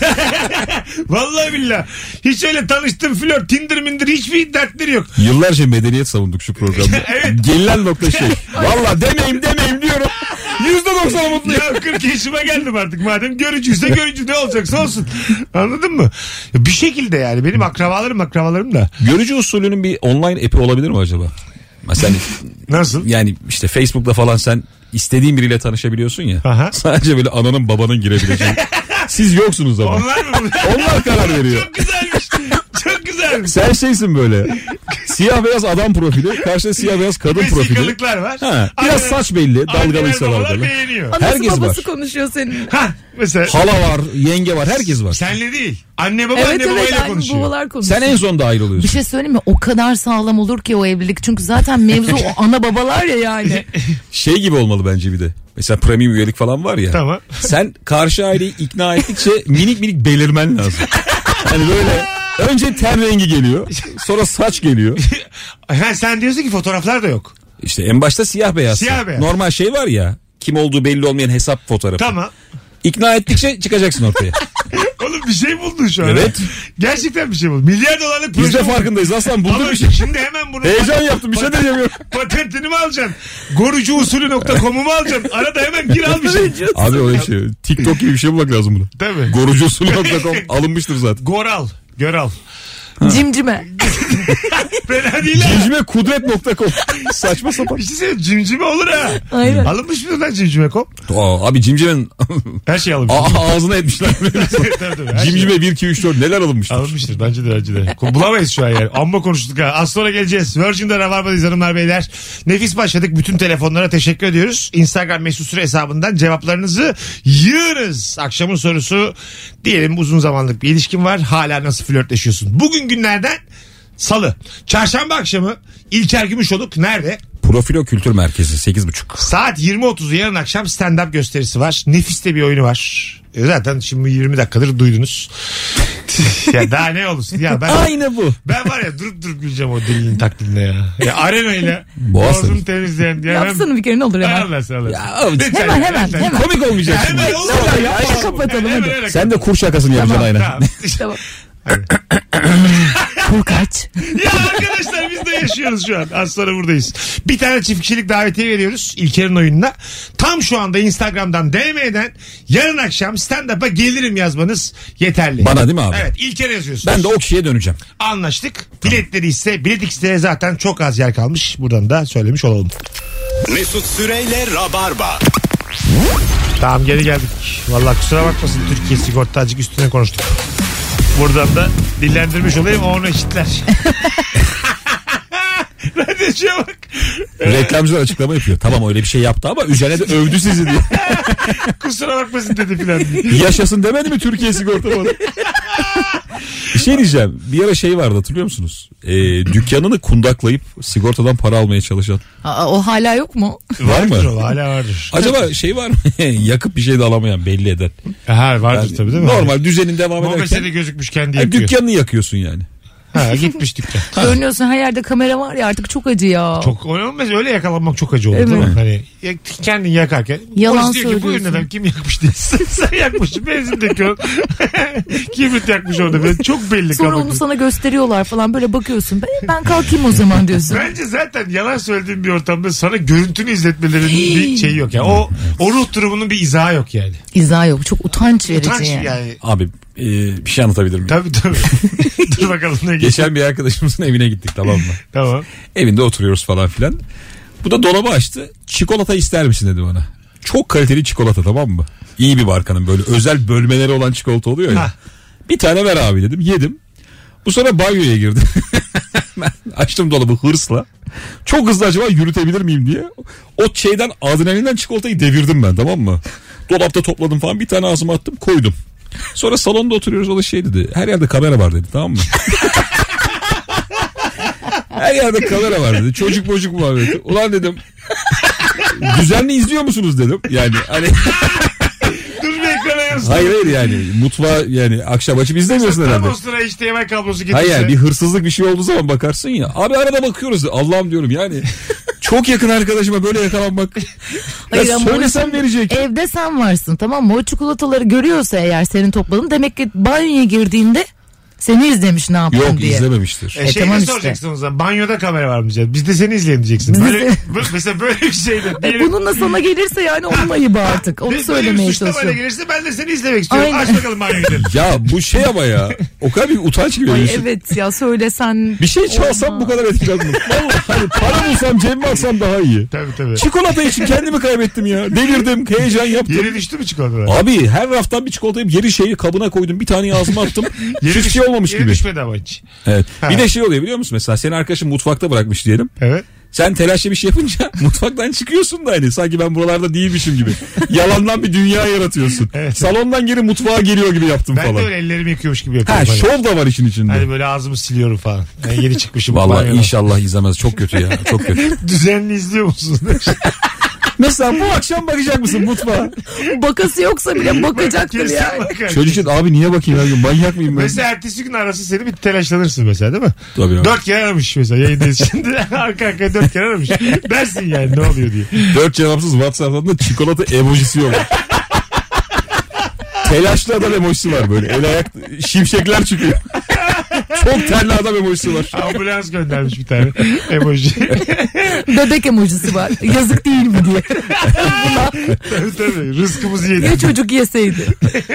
Vallahi billahi. Hiç öyle tanıştım flört, Tinder mindir hiçbir dertleri yok. Yıllarca medeniyet savunduk şu programda. Evet. Gelinen nokta şey. Valla demeyeyim diyorum. %90 mutlu. Ya 40 yaşıma geldim artık madem görücüyse görücü ne olacaksa olsun. Anladın mı? Bir şekilde yani benim akrabalarım da. Görücü usulünün bir online app'i olabilir mi acaba? Mesela Nasıl? yani işte Facebook'ta falan sen istediğin biriyle tanışabiliyorsun ya. Aha. Sadece böyle ananın babanın girebileceği. Siz yoksunuz ama. Onlar mı? Onlar karar veriyor. Çok güzelmiş. Çok güzelmiş. Sen şeysin böyle. Siyah beyaz adam profili. Karşıda siyah beyaz kadın profili. Vesikalıklar var. Ha, biraz saç belli. Dalgalıysa babalar dalgalı. beğeniyor. Anası Herkes babası var. konuşuyor senin. Ha mesela. Hala var, yenge var, herkes var. Senle değil. Anne baba Evet anne babayla anne konuşuyor. babalar konuşuyor. Sen en son dahil Bir oluyorsun. şey söyleyeyim mi? O kadar sağlam olur ki o evlilik. Çünkü zaten mevzu o ana babalar ya yani. Şey gibi olmalı bence bir de. Mesela premium üyelik falan var ya. Tamam. Sen karşı aileyi ikna ettikçe minik belirmen lazım. Hani böyle önce ten rengi geliyor. Sonra saç geliyor. Ha, sen diyorsun ki fotoğraflar da yok. İşte en başta siyah beyaz. Siyah beyaz. Normal şey var ya. Kim olduğu belli olmayan hesap fotoğrafı. Tamam. İkna ettikçe çıkacaksın ortaya. Oğlum bir şey buldun şu an. Evet. Gerçekten bir şey buldun. Milyar dolarlık proje Biz de buldun. farkındayız aslan bulduk Ama bir şey. şimdi hemen bunu Heyecan yaptım bir şey de diyemiyorum. patentini mi alacaksın? Gorucuusulü.com'u mu alacaksın? Arada hemen gir al bir şey. Abi öyle şey. TikTok gibi bir şey bulmak lazım buna. Tabii. Gorucuusulü.com alınmıştır zaten. Goral. Göral. Cimcime. Fena değil ha. Cimcimekudret.com Saçma sapan. Bir şey söyleyeyim. Cimcime olur ha. Aynen. Alınmış mı lan cimcime.com? Abi cimcimenin Her şey alınmış. ağzına etmişler. Tabii, her şey Cimcime 1, 2, 3, 4 neler alınmıştır. alınmıştır bence de. Bulamayız şu an yani. Amma konuştuk ha. Az sonra geleceğiz. Virgin'de Rabarba'dayız hanımlar beyler. Nefis başladık. Bütün telefonlara teşekkür ediyoruz. Instagram mesut süre hesabından cevaplarınızı yığınız. Akşamın sorusu diyelim uzun zamanlık bir ilişkin var. Hala nasıl flörtleşiyorsun? Bugün günlerden Salı. Çarşamba akşamı İlker Gümüşoluk nerede? Profilo Kültür Merkezi 8.30. Saat 20.30'u yarın akşam stand-up gösterisi var. Nefis de bir oyunu var. Zaten şimdi 20 dakikadır duydunuz. Ya daha ne olursun ya Aynı bu. ben var ya durup güleceğim o dilinin taklidine ya. Ya arena ile Boğaz boğazını tabii. temizleyen. Ya Yapsana bir kere ne olur hemen. Allah. Ya, Lütfen, hemen. komik olmayacak şimdi. Hemen olur. Hadi, Ya, hadi yapma. kapatalım, Hemen hadi. öyle Sen de kur şakasını yapacaksın aynen. Tamam. Tamam. Kurkaç. Ya arkadaşlar biz de yaşıyoruz şu an. Az sonra buradayız. Bir tane çift kişilik davetiye veriyoruz İlker'in oyununa. Tam şu anda Instagram'dan DM'den yarın akşam stand-up'a gelirim yazmanız yeterli. Bana değil mi abi? Evet İlker'e yazıyorsunuz. Ben de o kişiye döneceğim. Anlaştık. Biletleri ise Bilet X'te zaten çok az yer kalmış. Buradan da söylemiş olalım. Mesut Süreyle Rabarba. Tamam geri geldik. Vallahi kusura bakmasın Türkiye sigorta azıcık üstüne konuştuk. Buradan da dillendirmiş olayım onu eşitler. Radyocuya bak. Reklamcılar açıklama yapıyor. Tamam öyle bir şey yaptı ama üzerine de övdü sizi diye. Kusura bakmasın dedi filan diye. Yaşasın demedi mi Türkiye sigorta bana? Bir şey diyeceğim. Bir ara şey vardı hatırlıyor musunuz? Dükkanını kundaklayıp sigortadan para almaya çalışan. O hala yok mu? Var mı? Vardır o, hala vardır. Acaba şey var mı? Yakıp bir şey de alamayan belli eden. Ha vardır Yani tabii değil mi? normal düzenin devam Mobese de ederken gözükmüş kendi yani yakıyor. dükkanını yakıyorsun yani. Ha gitmiş dükkan. Görünüyorsun her yerde kamera var ya artık çok acı ya. Çok olmaz öyle yakalanmak çok acı olur Evet. değil mi? Hani kendin yakarken Yalan polis diyor ki buyurun söylüyorsun. efendim kim yakmış diye. Sen yakmışsın benzin döküyor. Kibrit yakmış orada böyle çok belli. Sonra kapak. onu sana gösteriyorlar falan böyle bakıyorsun. Ben kalkayım o zaman diyorsun. Bence zaten yalan söylediğin bir ortamda sana görüntünü izletmelerinin bir şeyi yok. Yani o ruh durumunun bir izahı yok yani. İzah yok. Çok utanç verici Utanç yani. yani. Abi bir şey anlatabilir miyim? Tabii. Dur bakalım ne geçiyor. Geçen bir arkadaşımızın evine gittik tamam mı? Tamam. Evinde oturuyoruz falan filan. Bu da dolabı açtı. Çikolata ister misin dedi bana. Çok kaliteli çikolata tamam mı? İyi bir markanın böyle özel bölmeleri olan çikolata oluyor ya. Ha. Bir tane ver abi dedim. Yedim. Bu sonra banyoya girdi. Ben açtım dolabı hırsla. Çok hızlı acaba yürütebilir miyim diye. O şeyden adrenalinden çikolatayı devirdim ben tamam mı? Dolapta topladım falan bir tane ağzıma attım koydum. Sonra salonda oturuyoruz o da şey dedi. Her yerde kamera var dedi tamam mı? Her yerde kamera var dedi. Çocuk muhabbeti. Ulan dedim. Düzenli izliyor musunuz dedim. Yani hani. Dur bir ekrana yansıdı. Hayır yani mutfağa yani akşam açıp izlemiyorsun herhalde. Tam o sıra HDMI kablosu getirse. Hayır yani bir hırsızlık bir şey olduğu zaman bakarsın ya. Abi arada bakıyoruz. Allah'ım diyorum yani. Çok yakın arkadaşıma böyle yakalanmak. Hayır, ya söylesem verecek. Evde sen varsın, tamam mı? O çikolataları görüyorsa eğer senin topladın, demek ki banyoya girdiğinde seni izlemiş ne yaptın Yok, diye. Yok izlememiştir. Şey tamam ne işte. soracaksın o zaman? Banyoda kamera var mı diyeceksin. Biz de seni izleyelim diyeceksin. Mesela böyle bir şeyde. Bununla sana gelirse yani onun ayıbı artık. Onu söylemeye çalışıyorum. Gelirse ben de seni izlemek istiyorum. Aynen. Aç bakalım banyoya gidelim. Ya bu şey ama ya. O kadar bir utanç gibi. Ay evet ya, söylesen. Bir şey çalsam bu kadar etkilendim. Vallahi hani para bulsam cebime alsam daha iyi. Tabii. Çikolata için kendimi kaybettim ya. Delirdim, heyecan yaptım. Yere düştü mü çikolatalar? Abi her raftan bir çikolatayı geri şeyi kabına koydum. Bir tane ağzıma attım. Hiçbir şey olmamış gibi. Yere düşmedi ama hiç. Evet. Ha. Bir de şey oluyor biliyor musun? Mesela senin arkadaşın mutfakta bırakmış diyelim. Evet. Sen telaşlı bir şey yapınca mutfaktan çıkıyorsun da hani sanki ben buralarda değilmişim gibi. Yalandan bir dünya yaratıyorsun. Evet. Salondan geri mutfağa geliyor gibi yaptım Ben falan. de öyle ellerimi yıkıyormuş gibi yapıyorum. Ha şov da var işin içinde. Hani böyle ağzımı siliyorum falan. Yani yeni çıkmışım. Vallahi banyodan. inşallah izlemez. Çok kötü ya. Çok kötü. Düzenli izliyor musunuz? Mesela bu akşam bakacak mısın mutfağa? Bakası yoksa bile bakacaktır Kesin yani. bakar. Çocuk abi niye bakayım her gün, manyak mıyım ben? Mesela ertesi gün arası seni bir telaşlanırsın mesela, değil mi? Tabii abi. 4 kere aramış mesela yayındayız şimdi. Arka arkaya 4 kere aramış. Dersin yani ne oluyor diye. 4 cevapsız WhatsApp'tan da çikolata emojisi yok. Telaşlı adam emojisi var böyle. El ayak şimşekler çıkıyor. Çok terli adam emojisi var. Ambulans göndermiş bir tane emoji. Bebek emojisi var. Yazık değil mi diye. Tabii. Rızkımızı Ya yedik. çocuk yeseydi.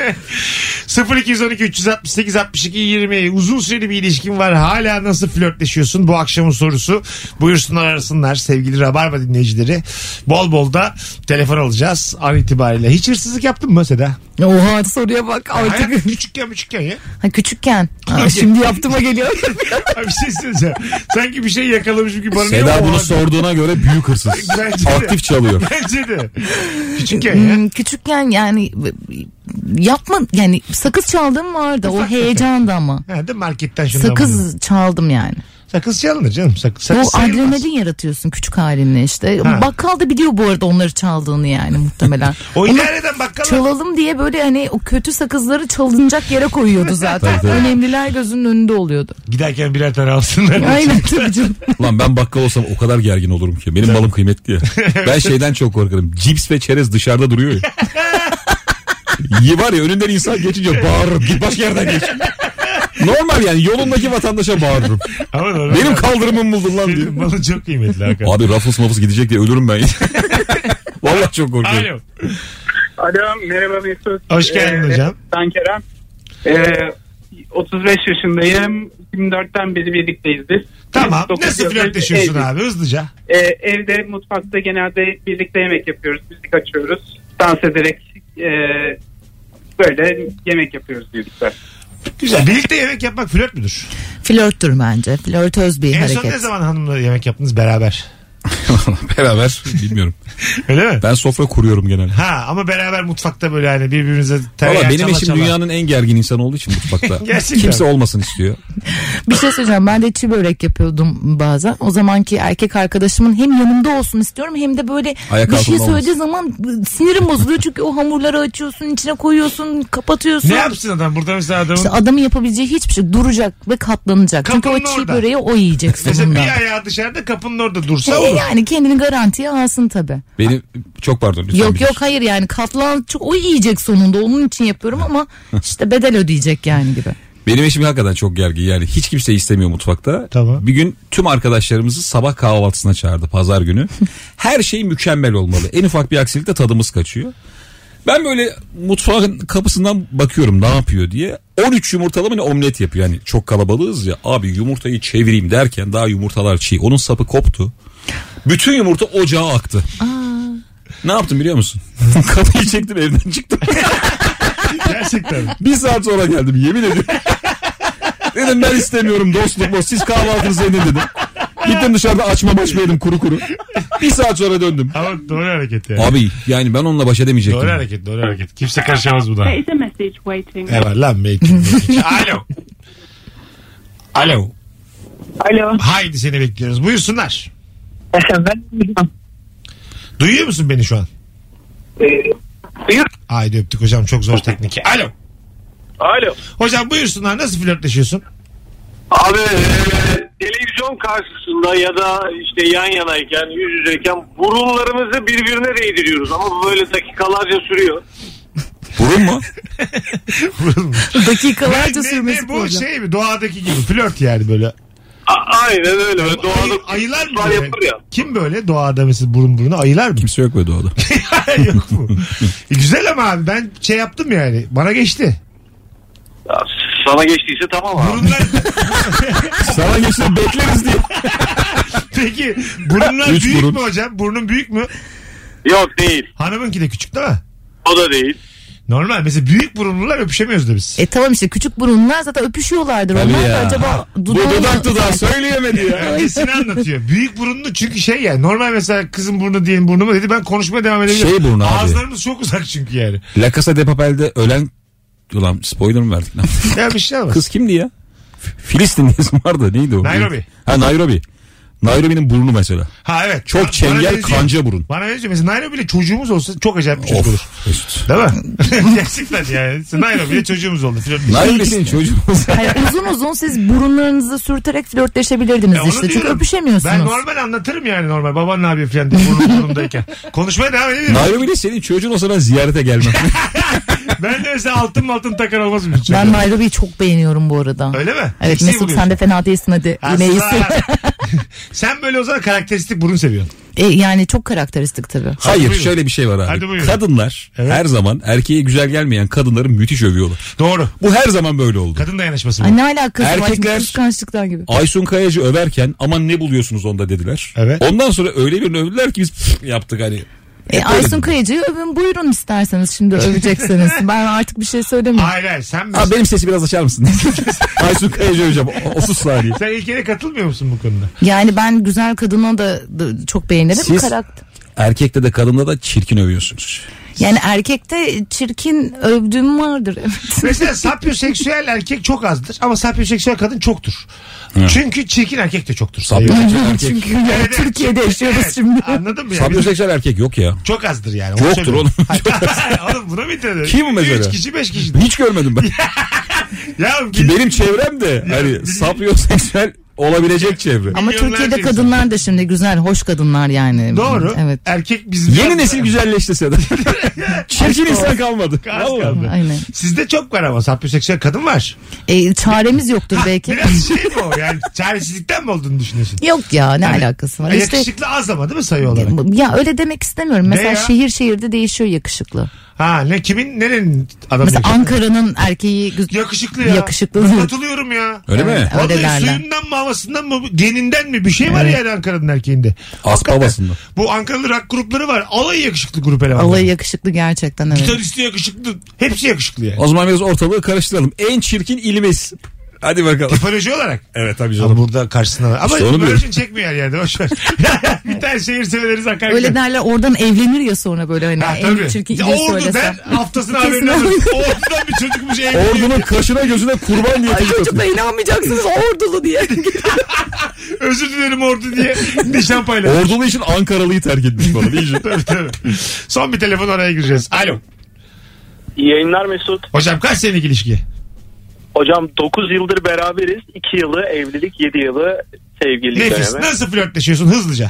0212 368 62 20. Uzun süreli bir ilişkin var. Hala nasıl flörtleşiyorsun? Bu akşamın sorusu. Buyursunlar, arasınlar sevgili Rabarba dinleyicileri. Bol bol da telefon alacağız an itibariyle. Hiç hırsızlık yaptın mı Seda? Oha, soruya bak artık. Hayat küçükken ya. Ha, küçükken. Ha, şimdi yaptığıma geliyor. Bir şey söyleyeceğim. Sanki bir şey yakalamışım gibi bana Seda bunu sorduğuna göre büyük hırsız. Bence de. Aktif çalıyor. Bence de. Küçükken ya. Küçükken yani yapma yani, sakız çaldım vardı. O heyecandı ama. Ha, de marketten şundan Sakız çaldım yani. Sakız çalınır canım. Sakız O sayılmaz. adrenalin yaratıyorsun küçük halinle işte. Ha. Bakkal da biliyor bu arada onları çaldığını yani muhtemelen. O Onu ileriden bakkala. çalalım diye böyle hani o kötü sakızları çalınacak yere koyuyordu zaten. Tabii. Önemliler gözünün önünde oluyordu. Giderken birer tane alsınlar. Aynen tabii canım. Lan ben bakkal olsam o kadar gergin olurum ki. Benim malım kıymetli ya. Ben şeyden çok korkarım. Cips ve çerez dışarıda duruyor ya. Var ya, önünden insan geçince bağırırım. Git başka yerden geç. Normal yani, yolundaki vatandaşa bağırırım. Ama normal. Benim kaldırımım buldun lan diye. Senin malın çok kıymetli hakikaten. Abi Ruffles mafız gidecek diye ölürüm ben. Vallahi çok korkuyorum. Alo. Alo, merhaba Mesut. Hoş geldin hocam. Ben Kerem. 35 yaşındayım. 24'ten beri birlikteyiz biz. Tamam. 9 Nasıl yıldır flörtleşiyorsun evliyiz. abi hızlıca? Evde, mutfakta genelde birlikte yemek yapıyoruz. Müzik açıyoruz. Dans ederek böyle yemek yapıyoruz birlikte. Güzel. Birlikte yemek yapmak flört müdür? Flörttür bence. Flörtöz bir En hareket. son ne zaman hanımla yemek yaptınız beraber? Beraber bilmiyorum. Öyle mi? Ben sofra kuruyorum genelde. Ha, ama beraber mutfakta böyle hani birbirinize tereyağı Valla benim çala eşim çala. dünyanın en gergin insanı olduğu için mutfakta. Gerçekten. Kimse olmasın istiyor. Bir şey söyleyeceğim. Ben de çiğ börek yapıyordum bazen. O zamanki erkek arkadaşımın hem yanımda olsun istiyorum hem de böyle Ayak bir şey altında söylediği zaman sinirim bozuluyor. Çünkü o hamurları açıyorsun, içine koyuyorsun, kapatıyorsun. Ne yapsın adam? Burada mesela adamın... İşte adamın yapabileceği hiçbir şey, duracak ve katlanacak. Çünkü Kapının o çiğ orada. böreği o yiyecek Mesela sonunda. bir ayağı dışarıda, kapının orada dursa olur. Yani kendini garantiye alsın tabii. Beni çok pardon lütfen. Yok bilir. yok hayır yani katlan çok, o yiyecek sonunda, onun için yapıyorum ama işte bedel ödeyecek yani gibi. Benim eşim hakikaten çok gergin, yani hiç kimse istemiyor mutfakta. Tamam. Bir gün tüm arkadaşlarımızı sabah kahvaltısına çağırdı pazar günü. Her şey mükemmel olmalı. En ufak bir aksilikte tadımız kaçıyor. Ben böyle mutfağın kapısından bakıyorum ne yapıyor diye. 13 yumurtalı mı ne omlet yapıyor. Yani çok kalabalığız ya. Abi yumurtayı çevireyim derken daha yumurtalar çiğ. Onun sapı koptu. Bütün yumurta ocağa aktı. Ne yaptım biliyor musun? Kapıyı çektim, evden çıktım. Gerçekten. Bir saat sonra geldim, yemin ediyorum. Dedim ben istemiyorum dostluk. Siz kahvaltınızı edin dedim. Gittim dışarıda açma yedim kuru kuru. Bir saat sonra döndüm. Ama doğru hareket yani. Abi yani ben onunla baş edemeyecektim. Doğru hareket, doğru hareket. Kimse karışamaz buna. There is a message waiting. Ne var lan making. Alo. Alo. Alo. Haydi seni bekliyoruz. Buyursunlar. Ben Duyuyor musun beni şu an? Buyur. Haydi öptük hocam, çok zor teknik. Alo. Alo. Hocam buyursunlar, nasıl flörtleşiyorsun? Abi televizyon karşısında ya da işte yan yanayken, yüz yüzeyken burunlarımızı birbirine değdiriyoruz ama bu böyle dakikalarca sürüyor. Burun mu? Dakikalarca sürmesi bu problem. şey mi, doğadaki gibi flört yani böyle. Aynen öyle. Doğada Ayılar mı? yapar ya. Kim böyle doğada mesela burun buruna, ayılar mı? Kimse yok böyle doğada. Yok mu? Güzel ama abi, ben şey yaptım yani, bana geçti. Ya, sana geçtiyse tamam abi. Burunlar... Sana geçti, bekleriz diye. Peki burunlar Üç büyük burun. mü hocam? Burnun büyük mü? Yok değil. Hanımınki de küçük değil mi? O da değil. Normal. Mesela büyük burunlular öpüşemiyoruz da biz. Tamam işte, küçük burunlar zaten öpüşüyorlardır. Tabii Onlar da ya. acaba Bu dudak söyleyemedi ya. Öncesini anlatıyor. Büyük burunlu çünkü şey ya. Normal mesela kızın burnu diyelim, burnumu dedi. Ben konuşmaya devam edebilirim. Şey burnu abi. Ağızlarımız çok uzak çünkü yani. La Casa de Papel'de ölen... Ulan spoiler mı verdik lan? Ya bir şey olmaz. Kız kimdi ya? Filistin isim vardı. Neydi o? Nairobi. Ha, Nairobi. Nairobi'nin burnu mesela. Ha evet. Çok Bana çengel, benziyor. kanca burun. Bana benziyor. Mesela Nairobi'yle çocuğumuz olsa çok acayip bir çocuk olur. Mesut. Değil mi? Gerçekten yani. Nairobi'yle çocuğumuz oldu. Nairobi senin çocuğumuz. Hayır, uzun uzun siz burunlarınızı sürterek flörtleşebilirdiniz Onu işte. Çünkü diyorum. öpüşemiyorsunuz. Ben normal anlatırım yani, normal. Baban ne yapıyor falan diye burnumdayken. Konuşmaya devam edelim. Nairobi'yle senin çocuğun olsa ben ziyarete gelmem. Ben de mesela altın takar olmaz mı? Ben Nairobi'yi çok beğeniyorum bu arada. Öyle mi? Evet Eksiği Mesut, buluyorsun. sen de fena değilsin hadi. Yine iyisin. Sen böyle o zaman karakteristik burun seviyorsun. Yani çok karakteristik tabii. Hayır, buyurun. şöyle bir şey var Hadi abi. buyurun. Kadınlar Evet. her zaman erkeğe güzel gelmeyen kadınları müthiş övüyorlar. Doğru. Bu her zaman böyle oldu. Kadın dayanışması bu. Ay, ne alakası var? Erkekler- Kıskançlıktan gibi. Aysun Kayacı överken aman ne buluyorsunuz onda dediler. Evet. Ondan sonra öyle birini övdüler ki biz yaptık hani. Aysun Kayacı'yı övün, buyurun isterseniz şimdi övecekseniz. Ben artık bir şey söylemiyorum. Hayır sen Abi benim sesi biraz açar mısın? Aysun Kayacı öveceğim. 30 saniye. Sen İlker'e katılmıyor musun bu konuda? Yani ben güzel kadına da çok beğenirim. Siz- Karakter. Erkekte de kadında da çirkin övüyorsunuz. Yani erkekte çirkin övdüğüm vardır. Evet. Mesela sapyoseksüel erkek çok azdır ama sapyoseksüel kadın çoktur. Çünkü çirkin erkek de çoktur. Sapyoseksüel erkek. Çünkü yani Evet, Türkiye'de evet, yaşıyoruz evet. şimdi. Anladın mı? Yani? Sapyoseksüel erkek yok ya. Çok azdır yani. Onu Yoktur söylüyorum. oğlum. Oğlum buna mı itiyor? Kim mesela? 3 kişi 5 kişi. Hiç görmedim ben. Ya Ki benim çevrem de hani sapyoseksüel olabilecek çevre. Ama Milyonlarca Türkiye'de insan. kadınlar da şimdi güzel, hoş kadınlar yani. Doğru. Evet. Erkek bizim... Yeni nesil güzelleşti Sedat. Çirkin insan kalmadı. Az kaldı. Aynen. Sizde çok var ama sapyoseksüel kadın var. Çaremiz yoktur belki. Biraz şey mi o yani, çaresizlikten mi olduğunu düşünüyorsun? Yok ya, ne alakası var? İşte Yakışıklı az ama değil mi sayı olarak? ya öyle demek istemiyorum. Mesela ya? şehir şehirde değişiyor yakışıklı. Ha ne, kimin nerenin adamı Mesela yakışıklı? Ankara'nın erkeği Yakışıklı ya. Yakışıklı. Katılıyorum ya. Öyle mi? Öyle Vallahi derler. suyundan mı, havasından mı, geninden mi bir şey var yani Ankara'nın erkeğinde. Aspavasında. Bu Ankaralı rock grupları var. Alayı yakışıklı grup elemanları. Alayı yakışıklı gerçekten, evet. Gitaristi yakışıklı. Hepsi yakışıklı yani. O zaman biraz ortalığı karıştıralım. En çirkin ilimiz. Hadi bakalım. Tipoloji olarak. Evet tabii Ama canım. burada karşısında var. Ama İşte onu Virgin çekmiyor her yerde. Boşver. Bir tane şehir severleri akar. Öyle derler, oradan evlenir ya sonra böyle hani Ha, en tabii. çirkin Ya ili Ordu söylesem. der, haftasına Kesin haberini alır. öyle. Ordu'dan bir çocukmuş evleniyor. Ordunun kaşına gözüne kurban diye Ay tweet çocuklar atıyor. inanmayacaksınız, ordulu diye. Özür dilerim Ordu diye nişan paylaşıyor. Ordulu için Ankaralı'yı terk etmiş bana. İyice. Tabii, tabii. Son bir telefon, oraya gireceğiz. Alo. İyi yayınlar Mesut. Hocam kaç senelik ilişki? Hocam 9 yıldır beraberiz. 2 yılı evlilik, 7 yılı sevgililik Nefis. dönemi. Nasıl flörtleşiyorsun hızlıca?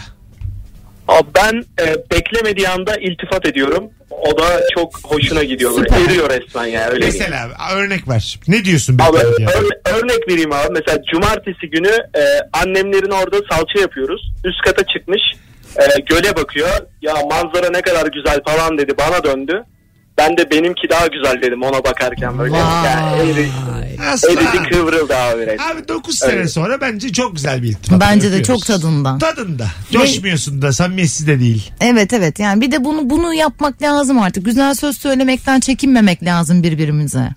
Abi ben beklemediği anda iltifat ediyorum. O da çok hoşuna gidiyor. Böyle Süper. eriyor resmen ya. Öyle diyeyim. Mesela örnek ver. Ne diyorsun? Abi, beklerken? örnek vereyim abi. Mesela cumartesi günü annemlerin orada salça yapıyoruz. Üst kata çıkmış. Göle bakıyor. Ya manzara ne kadar güzel falan dedi. Bana döndü. Ben de benimki daha güzel dedim ona bakarken böyle. Yani eridi kıvrıldı abi. Abi 9 sene sonra bence çok güzel bir iltifat. Bence de Öpüyoruz. çok tadında. Tadında. Coşmuyorsun da, samimiyetsiz de değil. Evet yani bir de bunu yapmak lazım artık. Güzel söz söylemekten çekinmemek lazım birbirimize.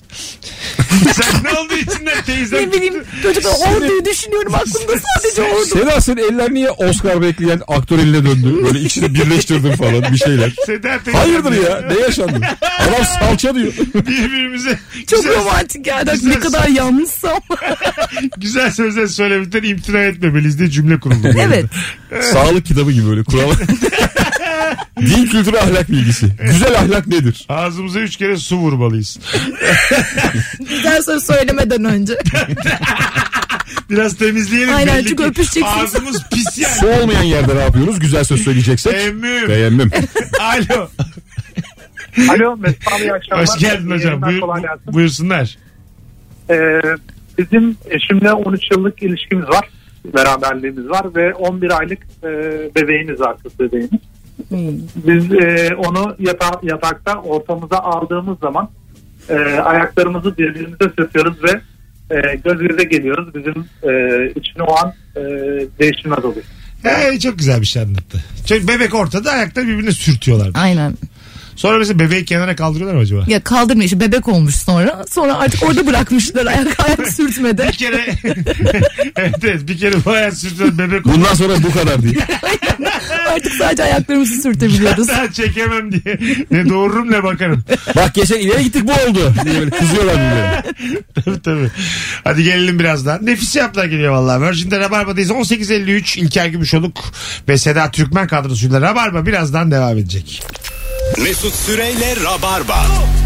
Sen ne oldu içinden teyzem? Ne bileyim, çocuklar orduyu düşünüyorum, aklımda sadece ordu. Seda senin eller niye Oscar bekleyen aktör eline döndü? Böyle ikisini birleştirdin falan bir şeyler. Seda teyzem. Hayırdır ya? Ne yaşandı? Adam salça diyor. Birbirimize Çok güzel, romantik geldi. güzel- Ne kadar yanlışsam. güzel sözler söylemekten imtina etmemeliyiz diye cümle kuruldu. Evet. Sağlık kitabı gibi böyle kural. Din kültürü ahlak bilgisi. Güzel ahlak nedir? Ağzımıza 3 kere su vurmalıyız. Güzel söz söylemeden önce. Biraz temizleyelim. Aynen, belli çünkü ki öpüşeceksiniz. Ağzımız pis yani. Su olmayan yerde ne yapıyoruz? Güzel söz söyleyeceksek. Teyemmüm. Alo. Alo Mesut abi, iyi akşamlar. Hoş geldin hocam. Buyursunlar. Bizim eşimle 13 yıllık ilişkimiz var. Beraberliğimiz var ve 11 aylık bebeğimiz var, kız bebeğimiz. Biz onu yatakta ortamıza aldığımız zaman ayaklarımızı birbirimize sürtüyoruz ve göz göze geliyoruz. Bizim için o an değişmez oluyor. Çok güzel bir şey anlattı. Çünkü bebek ortada, ayakları birbirine sürtüyorlar. Aynen. Sonra mesela bebeği kenara kaldırıyorlar mı acaba? Ya kaldırmıyor işte, bebek olmuş sonra. Sonra artık orada bırakmışlar ayak sürtmede. Bir kere evet bir kere bu ayak sürtüyor bebek olmuş. Bundan sonra bu kadar değil. Artık sadece ayaklarımızı sürtebiliyoruz. Daha çekemem diye. Ne doğururum ne bakarım. Bak geçen ileri gittik bu oldu diye böyle kızıyorlar birbirlerine. Tabii. Hadi gelelim birazdan. Nefis cevaplar geliyor vallahi. Virgin'de Rabarba'dayız. 18.53 İlker Gümüşoluk ve Seda Türkmen kadrosuyla Rabarba birazdan devam edecek. Mesut Süreyle Rabarba.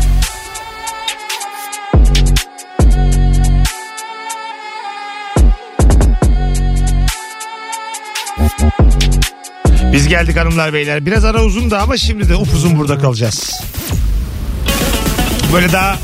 Biz geldik hanımlar beyler. Biraz ara uzun da ama şimdi de upuzun burada kalacağız. Böyle daha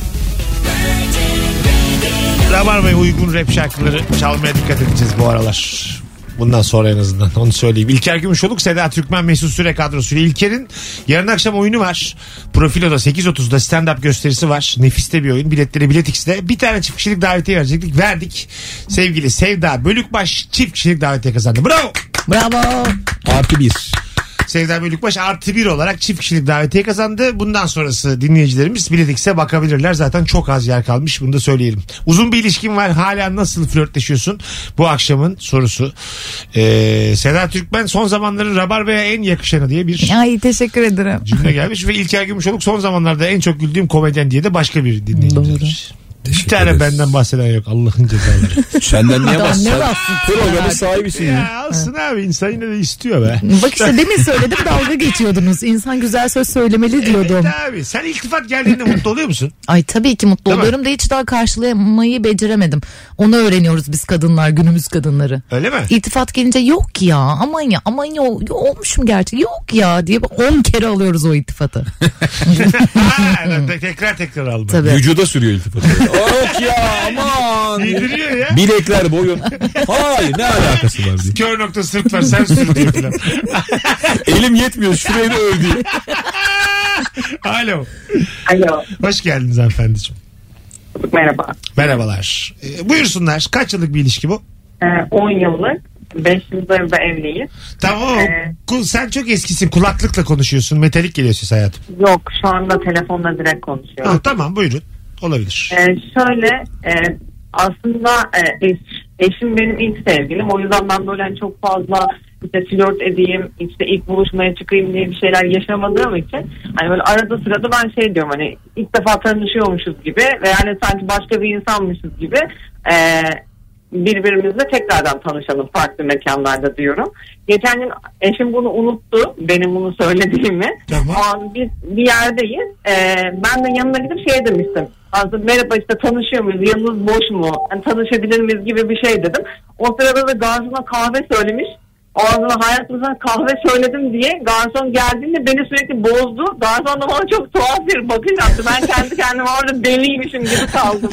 Rabarba'ya uygun rap şarkıları çalmaya dikkat edeceğiz bu aralar. Bundan sonra en azından onu söyleyeyim. İlker Gümüşoluk, Seda Türkmen, Mesut Süre kadrosuyla. İlker'in yarın akşam oyunu var. Profilo'da 8.30'da stand-up gösterisi var. Nefiste bir oyun. Biletleri Bilet X'de. Bir tane çift kişilik davetiye verecektik. Verdik. Sevgili Sevda Bölükbaş çift kişilik davetiye kazandı. Bravo. Bravo. +1. Sevda Bölükbaş +1 olarak çift kişilik davetiye kazandı. Bundan sonrası dinleyicilerimiz Bilet X'e bakabilirler. Zaten çok az yer kalmış. Bunu da söyleyelim. Uzun bir ilişkin var. Hala nasıl flörtleşiyorsun? Bu akşamın sorusu. Seda Türkmen son zamanların Rabarba'ya en yakışanı diye bir Ay teşekkür ederim. cümle gelmiş. Ve İlker Gümüşoluk son zamanlarda en çok güldüğüm komedyen diye de başka bir dinleyicimiz. Bir tane benden bahseden yok. Allah'ın cezaları. Senden niye Ne bahsediyorsun? bahsediyorsun? Programın sahibisin ya. Ya alsın abi, insan yine de istiyor be. Bak işte demin söyledim, dalga geçiyordunuz. İnsan güzel söz söylemeli diyordum. Evet abi, sen iltifat geldiğinde mutlu oluyor musun? Ay tabii ki mutlu Değil mi? oluyorum da hiç daha karşılamayı beceremedim. Onu öğreniyoruz biz kadınlar, günümüz kadınları. Öyle mi? İltifat gelince yok ya, aman ya olmuşum gerçek, yok ya diye 10 kere alıyoruz o iltifatı. tekrar alma. Tabii. Vücuda sürüyor iltifatı. Yok ya aman. Yediriyor ya. Bilekler boyun. Hayır, ne alakası var diye. Kör nokta sırt var, sen sür diyor falan. Elim yetmiyor, şurayı da öv diye. Alo. Alo. Hoş geldiniz hanımefendiciğim. Merhaba. Merhabalar. Buyursunlar. Kaç yıllık bir ilişki bu? 10 yıllık. 5 yıldır da evliyiz. Tamam. Sen çok eskisin. Kulaklıkla konuşuyorsun. Metalik geliyor ses hayatım. Yok, şu anda telefonla direkt konuşuyorum. Tamam, buyurun. Olabilir. Şöyle aslında eşim benim ilk sevgilim. O yüzden ben böyle hani çok fazla işte flört edeyim, işte ilk buluşmaya çıkayım diye bir şeyler yaşamadığım için hani böyle arada sırada ben şey diyorum, hani ilk defa tanışıyormuşuz gibi ve yani sanki başka bir insanmışız gibi birbirimizle tekrardan tanışalım farklı mekanlarda diyorum. Geçen gün eşim bunu unuttu, benim bunu söylediğimi. Tamam. O an bir yerdeyiz. Ben de yanına gidip şey demiştim. Aslında merhaba işte tanışıyor muyuz? Yanınız boş mu? Yani tanışabilir miyiz gibi bir şey dedim. O sırada da garsona kahve söylemiş. O anda hayatımızdan kahve söyledim diye garson geldiğinde beni sürekli bozdu. Garson da bana çok tuhaf bir bakış attı. Ben kendi kendime orada deliymişim gibi kaldım.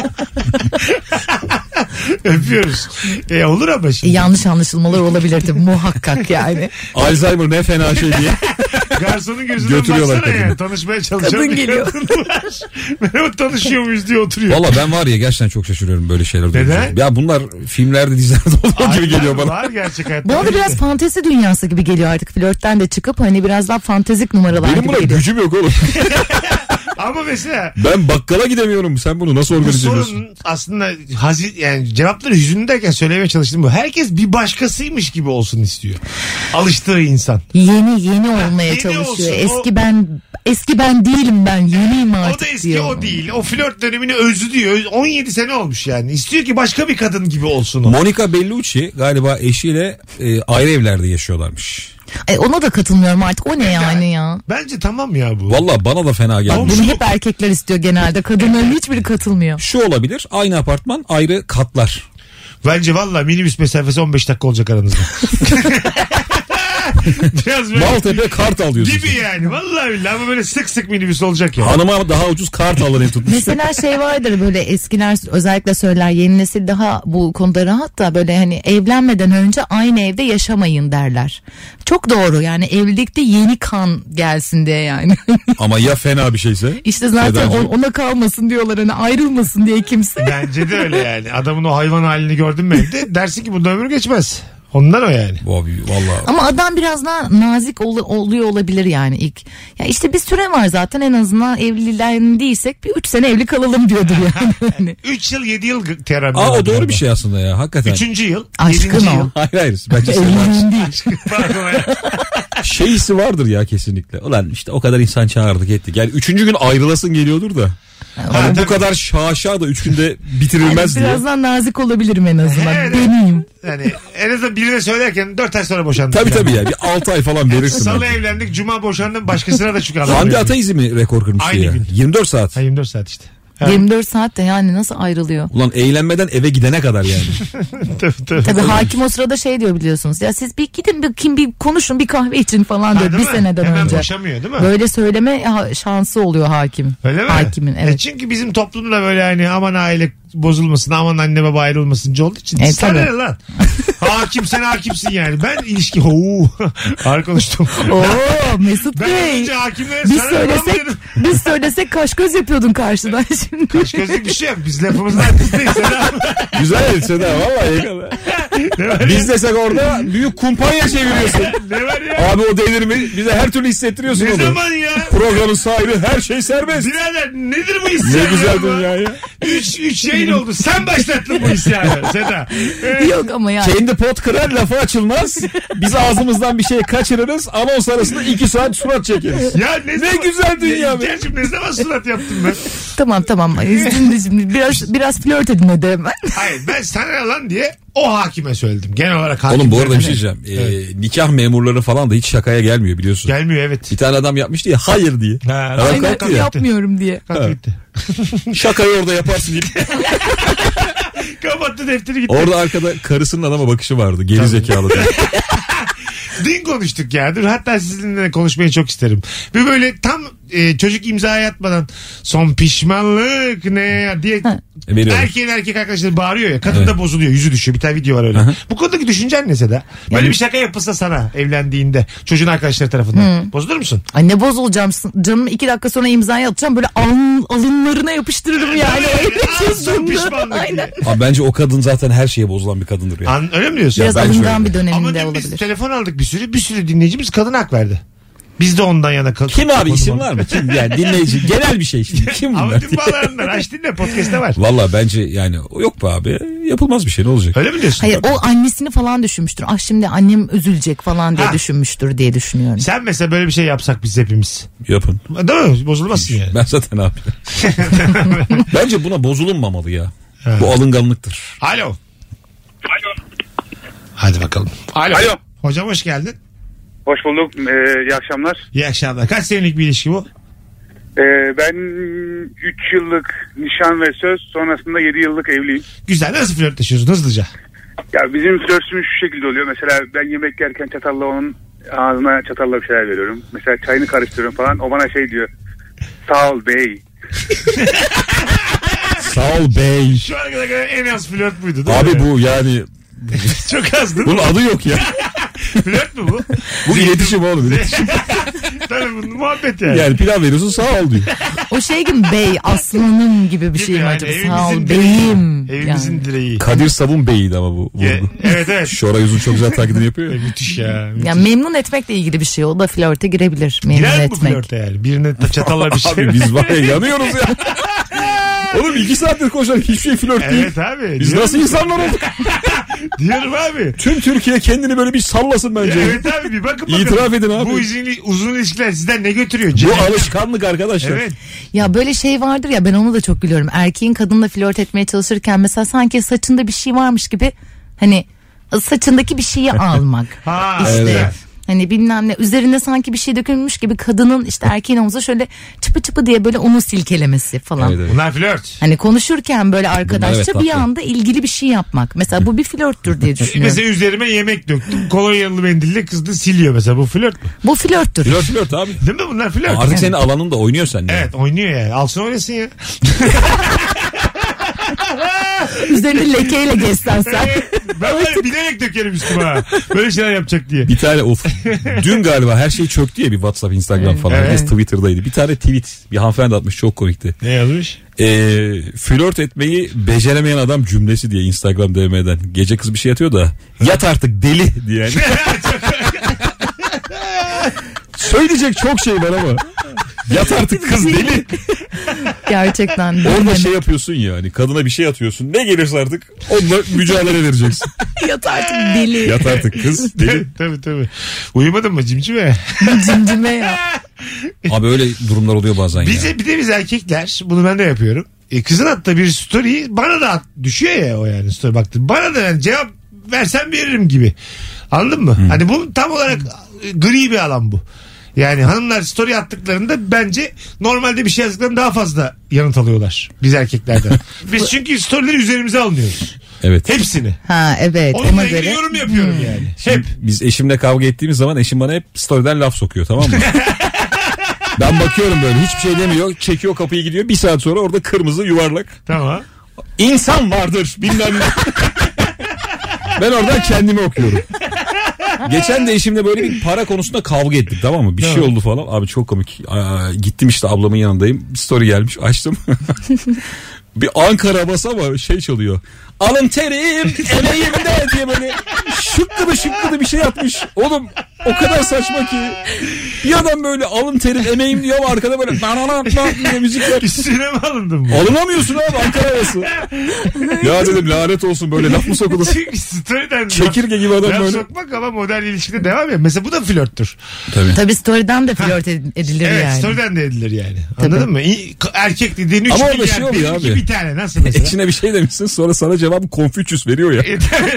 Öpüyoruz. Olur ama şimdi. Yanlış anlaşılmalar olabilirdi muhakkak yani. Alzheimer ne fena şey diye. Garsonun gözünden Götürüyorlar baksana kadını. ya. Tanışmaya çalışan Kadın bir geliyor. kadın var. Merhaba, tanışıyor muyuz diye oturuyor. Valla ben var ya gerçekten çok şaşırıyorum böyle şeyler. Neden? duyunca. Ya bunlar filmlerde dizilerde olduğu gibi geliyor bana. Var gerçek hayatta. Bana da biraz fantezi dünyası gibi geliyor artık, flörtten de çıkıp hani biraz daha fantezik numaralar Benim gibi buna geliyor. gücüm yok oğlum. Ama mesela Ben bakkala gidemiyorum. Sen bunu nasıl bu organize ediyorsun? sorunun aslında yani cevapları hüzünlüdeyken söylemeye çalıştım bu. Herkes bir başkasıymış gibi olsun istiyor. Alıştığı insan. Yeni olmaya Yeni çalışıyor. olsun, Eski ben değilim, ben yeniyim O artık da eski diyor. o değil. O flört dönemini özlüyor. 17 sene olmuş yani. İstiyor ki başka bir kadın gibi olsun o. Monica Bellucci galiba eşiyle ayrı evlerde yaşıyorlarmış. Ona da katılmıyorum artık. O ne yani ya? Bence tamam ya bu. Valla bana da fena geldi. Bunu hep erkekler istiyor genelde. Kadınların hiçbiri katılmıyor. Şu olabilir, aynı apartman ayrı katlar. Bence valla minibüs mesafesi 15 dakika olacak aranızda. Biraz böyle Maltepe Kartal diyorsun. gibi yani. Vallahi billahi ama böyle sık sık minibüs olacak ya. Hanıma daha ucuz Kartal'ı tutmuş. Mesela şey vardır böyle eskiler özellikle söyler, yeni nesil daha bu konuda rahat da, böyle hani evlenmeden önce aynı evde yaşamayın derler. Çok doğru yani, evlilikte yeni kan gelsin diye yani. Ama ya fena bir şeyse? İşte zaten ona kalmasın diyorlar, hani ayrılmasın diye kimse. Bence de öyle yani. Adamın o hayvan halini gördün mü evde? Dersin ki bunda ömür geçmez. Ondan o yani. Vallahi. Ama adam biraz daha nazik oluyor olabilir yani ilk. Ya işte bir süre var zaten, en azından evliler değilsek bir 3 sene evli kalalım diyordur yani. 3 yıl 7 yıl terapi. O doğru bir şey aslında ya, hakikaten. 3. yıl. Aşkın 7. o. yıl. Hayır bence Evliliğin değil. şey hissi vardır ya kesinlikle. Ulan işte o kadar insan çağırdık ettik. Yani 3. gün ayrılasın geliyordur da. Ama bu kadar şaşa da 3 günde bitirilmez diye. Birazdan nazik olabilirim en azından. Evet. Deneyeyim. Yani en azından birine söylerken 4 ay sonra boşandık. Tabii yani. Bir 6 ay falan verirsin. Salı bence. evlendik, cuma boşandım, başkasına da çünkü adam. Hande Ataizm mi rekor kırmıştı Aynı ya? gün. 24 saat. Ha, 24 saat işte. 24 saat de yani nasıl ayrılıyor? Ulan eğlenmeden eve gidene kadar yani. Tabii hakim o sırada şey diyor biliyorsunuz. Ya siz bir gidin bir konuşun, bir kahve için falan diyor bir seneden Hemen önce. boşamıyor değil mi? Böyle söyleme şansı oluyor hakim. Öyle mi? Hakimin evet. Çünkü bizim toplumda böyle hani aman aile bozulmasın, aman anne baba ayrılmasınca olduğu için. Sana tabii. ne lan? Hakim, sen hakimsin yani. Ben ilişki ağır konuştum. Oo Mesut Ben Bey. önce hakimlere Biz söylesek kaş göz yapıyordun karşıdan şimdi. Kaş gözlük bir şey yok. Biz lafımızın arkasındayız. Güzel Seda vallahi. Biz desek orada büyük kumpanya çeviriyorsun. Ne var ya? Abi o delirme bize her türlü hissettiriyorsun Ne onu. zaman ya? Programın sahibi, her şey serbest. Birader nedir bu isyan? Ne güzel dünya ya. 3 yayın oldu. Sen başlattın bu isyanı Seda. Yok ama yani. Kendi pot kırar, lafı açılmaz. Biz ağzımızdan bir şey kaçırırız. Anons arasında 2 saat surat çekeriz. Ya ne güzel dünya be. Gerçi ne zaman surat yaptım ben? Tamam. Şimdi biraz flört edin hadi hemen. Hayır, ben sana lan diye o hakime söyledim. Genel olarak hakim. Oğlum bu arada bir şey diyeceğim. Nikah memurları falan da hiç şakaya gelmiyor biliyorsun. Gelmiyor evet. Bir tane adam yapmıştı ya hayır diye. Aynen yapmıyorum diye. Şakayı orada yaparsın diye. Kapattı defteri gitti. Orada arkada karısının adama bakışı vardı. Geri zekalı. Dün konuştuk ya. Dur hatta sizinle konuşmayı çok isterim. Bir böyle tam çocuk imzaya atmadan son pişmanlık ne ya diye erkeğin erkek arkadaşları bağırıyor ya. Kadın da bozuluyor. Yüzü düşüyor. Bir tane video var öyle. Bu konudaki düşüncen ne Seda? Böyle bir şaka yapılsa sana evlendiğinde çocuğun arkadaşları tarafından. Bozulur musun? Ay ne bozulacağım canım, 2 dakika sonra imzayı atacağım böyle alınlarına yapıştırırım yani. Son pişmanlık diye. Abi bence o kadın zaten her şeye bozulan bir kadındır ya. Öyle mi diyorsun? Biraz alıngan bir döneminde Ama olabilir. biz telefon aldık bir sürü dinleyicimiz kadına hak verdi. Biz de ondan yana Kim abi, isim var mı? Kim yani dinleyici? Genel bir şey şimdi. Kim bunlar? Ama tüm bağlayanlar aç dinle, podcast'te var. Valla bence yani yok be abi, yapılmaz bir şey, ne olacak? Öyle mi diyorsun? Hayır, o annesini falan düşünmüştür. Ah şimdi annem üzülecek falan diye düşünmüştür diye düşünüyorum. Sen mesela böyle bir şey yapsak biz hepimiz. Yapın. Değil mi? Bozulmasın yani. Ben zaten abi. Bence buna bozulunmamalı ya. Bu alınganlıktır. Alo. Hadi bakalım. Alo. Hocam hoş geldin. Hoş bulduk. İyi akşamlar. İyi akşamlar. Kaç senelik bir ilişki bu? Ben 3 yıllık nişan ve söz, sonrasında 7 yıllık evliyim. Güzel. Nasıl flörtleşiyorsun hızlıca? Ya bizim flörtümüz şu şekilde oluyor. Mesela ben yemek yerken çatalla onun ağzına çatalla bir şeyler veriyorum. Mesela çayını karıştırıyorum falan. O bana şey diyor. Sağ ol bey. Sağ ol bey. Şu ana kadar en az flört buydu değil abi mi? Bu yani. Çok az değil mi? Bunun adı yok ya. Flört mü bu? Bu iletişim oğlum. İletişim. Tabii bu muhabbet yani. Yani pilav veriyorsun, sağ ol diyor. O şey gibi bey, aslanım gibi bir şey mi yani, acaba? Sağ ol beyim. Evimizin yani. direği. Kadir Sabun Bey'iydi ama bu vurgu. Evet. Şora Yüz'ün çok güzel taklidini yapıyor ya. Müthiş ya. Müthiş. Yani memnun etmekle ilgili bir şey. O da flörte girebilir. Memnun Girer mi etmek. bu flörte yani? Birine çatalla bir şey. Abi biz var ya yanıyoruz ya. Oğlum 2 saattir koşar, hiçbir şey flört değil. Evet abi. Biz nasıl insanlar olduk? Diyorum abi. Tüm Türkiye kendini böyle bir sallasın bence. Evet abi bir bakın bakalım. İtiraf edin abi. Bu uzun ilişkiler sizden ne götürüyor? Bu alışkanlık arkadaşlar. Evet. Ya böyle şey vardır ya, ben onu da çok gülüyorum. Erkeğin kadınla flört etmeye çalışırken mesela sanki saçında bir şey varmış gibi, hani saçındaki bir şeyi almak. Ha, işte. evet. Hani bilmem ne üzerine sanki bir şey dökülmüş gibi kadının işte erkeğin omzuna şöyle çıpı çıpı diye böyle onu silkelemesi falan. Evet, evet. Bunlar flört. Hani konuşurken böyle arkadaşça evet, bir anda ilgili bir şey yapmak. Mesela bu bir flörttür diye düşünüyorum. Mesela üzerime yemek döktüm. Kolonyalı mendille kız da siliyor mesela. Bu flört mü? Bu flörttür. Flört abi. Değil mi bunlar flört? Artık senin alanında oynuyor seninle. Evet oynuyor yani. Alsın oynasın ya. Üzerinde lekeyle geçsen sen. Ben böyle bilerek dökerim üstüme ha. Böyle şeyler yapacak diye. Bir tane dün galiba her şey çöktü ya bir WhatsApp, Instagram falan. Evet. Herkes Twitter'daydı. Bir tane tweet bir hanımefendi atmış, çok komikti. Ne yazmış? Flört etmeyi beceremeyen adam cümlesi diye Instagram DM'den. Gece kız bir şey atıyor da yat artık deli diye. Yani. Söyleyecek çok şey var ama. Yat artık kız deli. Gerçekten. Orada şey yapıyorsun ya, hani kadına bir şey atıyorsun. Ne gelirse artık onunla mücadele vereceksin. Yat artık deli. Yat artık kız deli. Tabii. Uyumadın mı cimcime? Cimcime ya. Abi öyle durumlar oluyor bazen ya. Bir de biz erkekler, bunu ben de yapıyorum. Kızın attığı bir story bana da düşüyor ya o yani story baktım. Bana da yani cevap versem veririm gibi. Anladın mı? Hani bu tam olarak gri bir alan bu. Yani hanımlar story attıklarında bence normalde bir şey yazdıklarında daha fazla yanıt alıyorlar biz erkeklerden. Biz çünkü storyleri üzerimize alınıyoruz. Evet. Hepsini. Ha evet. Onunla Ona ilgili göre. yorum yapıyorum yani. Hep. Biz eşimle kavga ettiğimiz zaman eşim bana hep story'den laf sokuyor, tamam mı? Ben bakıyorum böyle, hiçbir şey demiyor. Çekiyor kapıyı, gidiyor. Bir saat sonra orada kırmızı yuvarlak. Tamam. İnsan vardır bilmem ne. Ben oradan kendimi okuyorum. Geçen de eşimle böyle bir para konusunda kavga ettik, tamam mı? Bir şey oldu falan. Abi çok komik. Gittim işte, ablamın yanındayım. Bir story gelmiş, açtım. Bir Ankara havası ama şey çalıyor. Alın terim emeğimde diye böyle şıkkıdı bir şey yapmış. Oğlum o kadar saçma ki. Bir adam böyle alın terim emeğim diyor ama arkada böyle diye müzik var. Üstüne mi alındın mı? Alınamıyorsun abi, Ankara havası. Ya dedim lanet olsun, böyle laf mı sokulur? Story'den Çekirge gibi adam laf böyle. sokmak ama modern ilişkide devam ya. Mesela bu da flörttür. Tabii story'den de flört edilir Evet yani. story'den de edilir yani. Anladın mı? Erkek dediğin 3 Ama orada milyar, şey oluyor benimki abi. bir tane nasıl mesela? İçine bir şey demişsin, sonra sana cevap Konfüçyüs veriyor ya.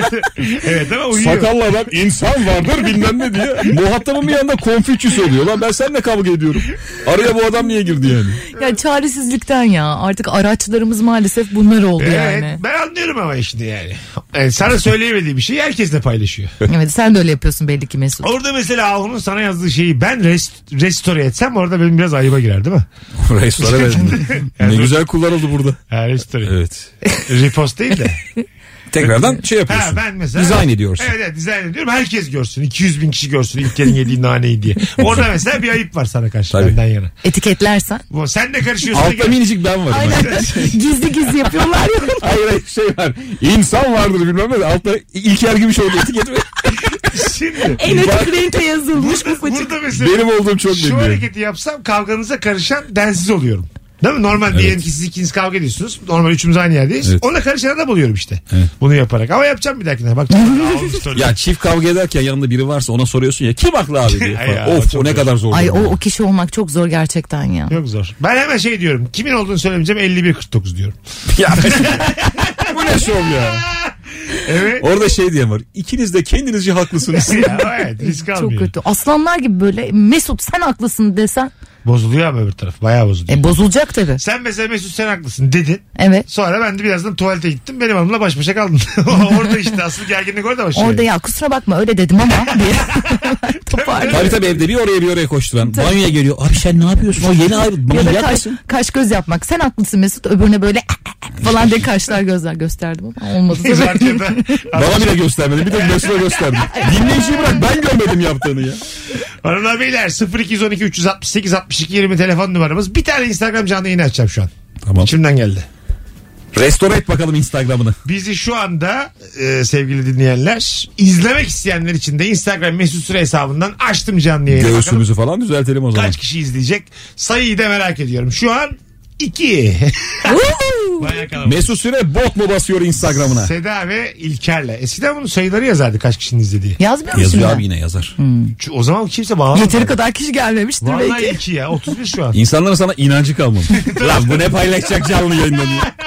Evet ama uyuyor. Sakallı adam insan vardır bilmem ne diye. Muhatabım bir yanda Konfüçyüs oluyor. Lan ben seninle kavga ediyorum. Araya bu adam niye girdi yani? Ya çaresizlikten ya. Artık araçlarımız maalesef bunlar oldu Evet, yani. ben anlıyorum ama işte yani. Sana söyleyemediği bir şeyi herkesle paylaşıyor. Evet, sen de öyle yapıyorsun belli ki Mesut. Orada mesela Ahun'un sana yazdığı şeyi ben restore etsem orada benim biraz ayıba girer değil mi? Restore verdin. Ne güzel kullanıldı burada. Ha, restore. Evet. Repost değil de. Tekrardan şey yapıyorsun. Ben mesela. Dizayn ediyorsun. Evet dizayn ediyorum. Herkes görsün. 200 bin kişi görsün İlker'in yediği naneyi diye. Orada mesela bir ayıp var sana karşı. Tabii. Benden yana. Etiketlersen. Sen de karışıyorsun. Altta minicik ben varım. Aynen. Gizli yapıyorlar ya. Hayır şey var. İnsan vardır bilmem ne. Altta İlker gibi şöyle etiket var. Şimdi. En açık renkle yazılmış. Burada mesela. Benim olduğum çok şu belli. hareketi yapsam kavganıza karışan densiz oluyorum. Değil mi? Normal diyelim ki siz ikiniz kavga ediyorsunuz. Normal üçümüz aynı yerdeyiz. Evet. Ona karışan adam oluyorum işte. Evet. Bunu yaparak. Ama yapacağım bir dahakine. Bak. Ya çift kavga ederken yanında biri varsa ona soruyorsun ya kim haklı abi diye. Ya, Of çok o ne zor. kadar zor. Ay o kişi olmak çok zor gerçekten ya. Çok zor. Ben hemen şey diyorum. Kimin olduğunu söylemeyeceğim. 51-49 diyorum. Ya bu ne şov ya. Evet. Orada şey diyen var. İkiniz de kendinizce haklısınız. Ya, evet. Risk Çok almıyor. kötü. Aslanlar gibi böyle Mesut sen haklısın desen. Bozuluyor ama öbür taraf. Bayağı bozuluyor. Bozulacak tabii. Sen mesela Mesut sen haklısın dedin. Evet. Sonra ben de birazdan tuvalete gittim. Benim hanımla baş başa kaldın. Orada işte asıl gerginlik orada başlıyor. Orada ya kusura bakma öyle dedim ama diye. Toparlıyor. Tabii evde bir oraya koşturan. Banyoya geliyor. Abi sen ne yapıyorsun? O yeni ayrı. Ya da Manyak mısın? kaş göz yapmak. Sen haklısın Mesut. Öbürüne böyle falan diye kaşlar gözler gösterdim ama olmadı tabii. Bana bile göstermedi. Bir de Mesut'a gösterdim. Dinleyiciyi bırak. Ben görmedim yaptığını ya. Hanımlar beyler 0212 368 62 20 telefon numaramız. Bir tane Instagram canlı yayını açacağım şu an. Tamam. İçimden geldi. Restore et bakalım Instagram'ını. Bizi şu anda sevgili dinleyenler izlemek isteyenler için de Instagram Mesut Süre hesabından açtım canlı yayını. Göğsümüzü falan düzeltelim o zaman. Kaç kişi izleyecek? Sayıyı da merak ediyorum. Şu an 2. Bayağı kalabalık. Mesut Süre bot mu basıyor Instagram'ına? Seda ve İlker'le. Eskiden bunun sayıları yazardı kaç kişinin izlediği. Yazmıyor musun? Yazıyor ya? abi, yine yazar. O zaman kimse bağlamaz. Yeteri kadar kişi gelmemiştir Vallahi belki. 2 ya 31 şu an. İnsanların sana inancı kalmamış. Lan bu ne paylaşacak canlı yayında diye.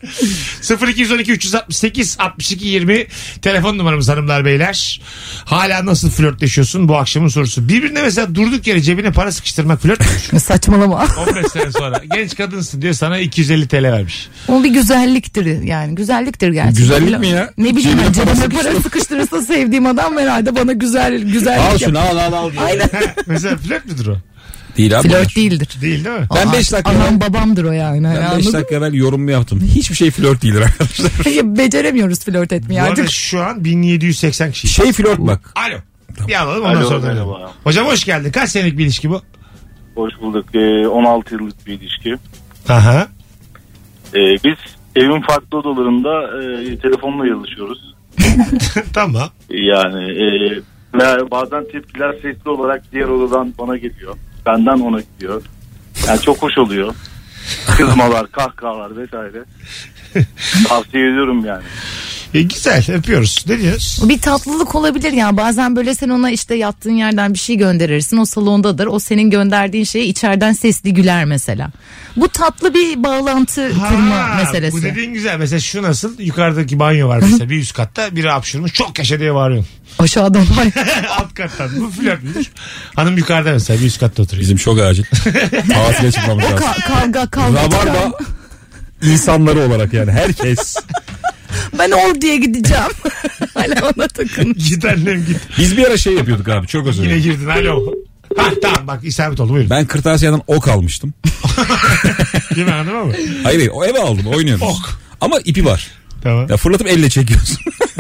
0212 368 62 20 telefon numaramız hanımlar beyler. Hala nasıl flörtleşiyorsun bu akşamın sorusu. Birbirine mesela durduk yere cebine para sıkıştırmak flört müdür? Saçmalama. 15 sene sonra genç kadınsın diyor sana 250 TL vermiş. O bir güzelliktir yani. Güzelliktir gerçekten. Güzellik mi ya? Ne bileyim ben, Cebine cebime para sıkıştırırsa sevdiğim adam herhalde bana güzellik al şunu al diye. Aynen. Mesela flört müdür o? Değil abi. Flört değildir. Değil mi? Ben 5 dakika Anam babamdır o yani. Ben 5 dakika evvel yorumumu yaptım. Hiçbir şey flört değildir arkadaşlar. Beceremiyoruz flört etmeyi Bu arada artık. şu an 1780 kişi. Şey flört bak. Alo. Bir alalım ondan sonra dönelim. Hocam hoş geldin. Kaç senelik bir ilişki bu? Hoş bulduk. 16 yıllık bir ilişki. Aha. Biz evin farklı odalarında telefonla yazışıyoruz. Tamam. Yani bazen tepkiler sesli olarak diğer odadan bana geliyor. Benden ona gidiyor. Yani çok hoş oluyor. Kızmalar, kahkahalar vesaire. Tavsiye ediyorum yani. Güzel öpüyoruz. Ne diyorsun? Bir tatlılık olabilir ya. Bazen böyle sen ona işte yattığın yerden bir şey gönderirsin. O salondadır. O senin gönderdiğin şeye içeriden sesli güler mesela. Bu tatlı bir bağlantı kurma meselesi. Bu dediğin güzel. Mesela şu nasıl? Yukarıdaki banyo var mesela bir üst katta. Biri hapşırmış çok yaşa diye bağırıyorsun. Aşağıdan var. Alt kattan. Bu flört müdür? Hanım yukarıda mesela bir üst katta oturuyor. Bizim çok acil. Tatile çıkmamız lazım. Kavga. Rabarba insanları olarak yani herkes. Ben Ordu'ya gideceğim. Hala ona takın. Git annem git. Biz bir ara şey yapıyorduk abi, çok özür dilerim. Yine girdin alo. Tamam bak isabet oldu buyurun. Ben kırtasiyeden ok almıştım. Değil mi hanım mı? Hayır o eve aldım oynuyoruz. Ok. Ama ipi var. Tamam. Ya fırlatıp elle çekiyorsun.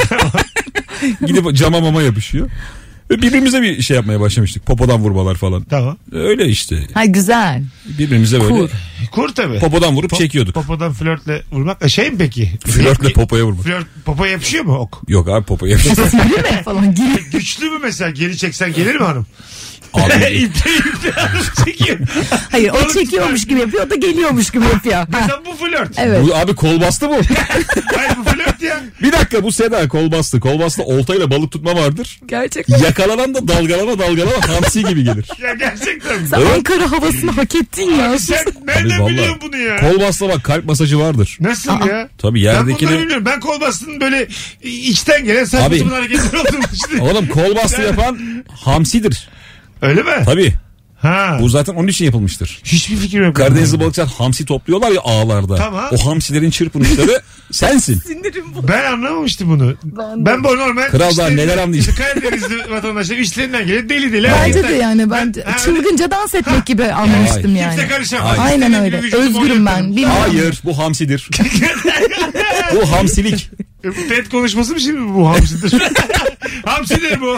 Gidip cama mama yapışıyor. Ve birbirimize bir şey yapmaya başlamıştık. Popodan vurmalar falan. Tamam. Öyle işte. Ha güzel. Birbirimize böyle. Kur tabii. Popodan vurup çekiyorduk. Popodan flörtle vurmak. Şey mi peki? Flörtle popoya vurmak. Flört popoya yapışıyor mu ok? Yok abi popoya yapışıyor. falan Güçlü mü mesela? Geri çeksen gelir mi hanım? Abi. İple çekiyor. Hayır o çekiyormuş gibi yapıyor, o da geliyormuş gibi yapıyor. Mesela bu flört. Evet. Bu abi kol bastı mı? Hayır bu flört ya. Bir dakika bu Seda kol bastı. Kol bastı oltayla balık tutma vardır. Gerçekten. Yakalanan da dalgalama hamsi gibi gelir. Ya gerçekten. Sen Ankara havasını hak ettin ya. Abi sen nereden Abi biliyorsun bunu ya? Kol bastı bak kalp masajı vardır. Nasıl ya? Tabii Ben yerdekini. bunları bilmiyorum. Ben kol bastığının böyle içten gelen saçma sapan hareketler olduğunu düşünüyorum. Oğlum kol bastı yapan hamsidir. Öyle mi? Tabii. Ha. Bu zaten onun için yapılmıştır. Hiçbir fikrim yok. Karadenizli balıkçılar hamsi topluyorlar ya ağlarda. Tamam. O hamsilerin çırpınışları sensin. Sinirim bu. Ben anlamamıştım bunu. Ben bu normal. Kral daha neler anlayacak? Karadenizli vatandaşlar içlerinden geliyor deli deli. Bence de yani ben çılgınca dans etmek gibi anlamıştım yani. Kimse karışamaz. Aynen öyle. Özgürüm ben. Bilmiyorum. Hayır bu hamsidir. Bu hamsilik. Bu TED konuşması mı şimdi bu hamsidir? Hamsidir bu.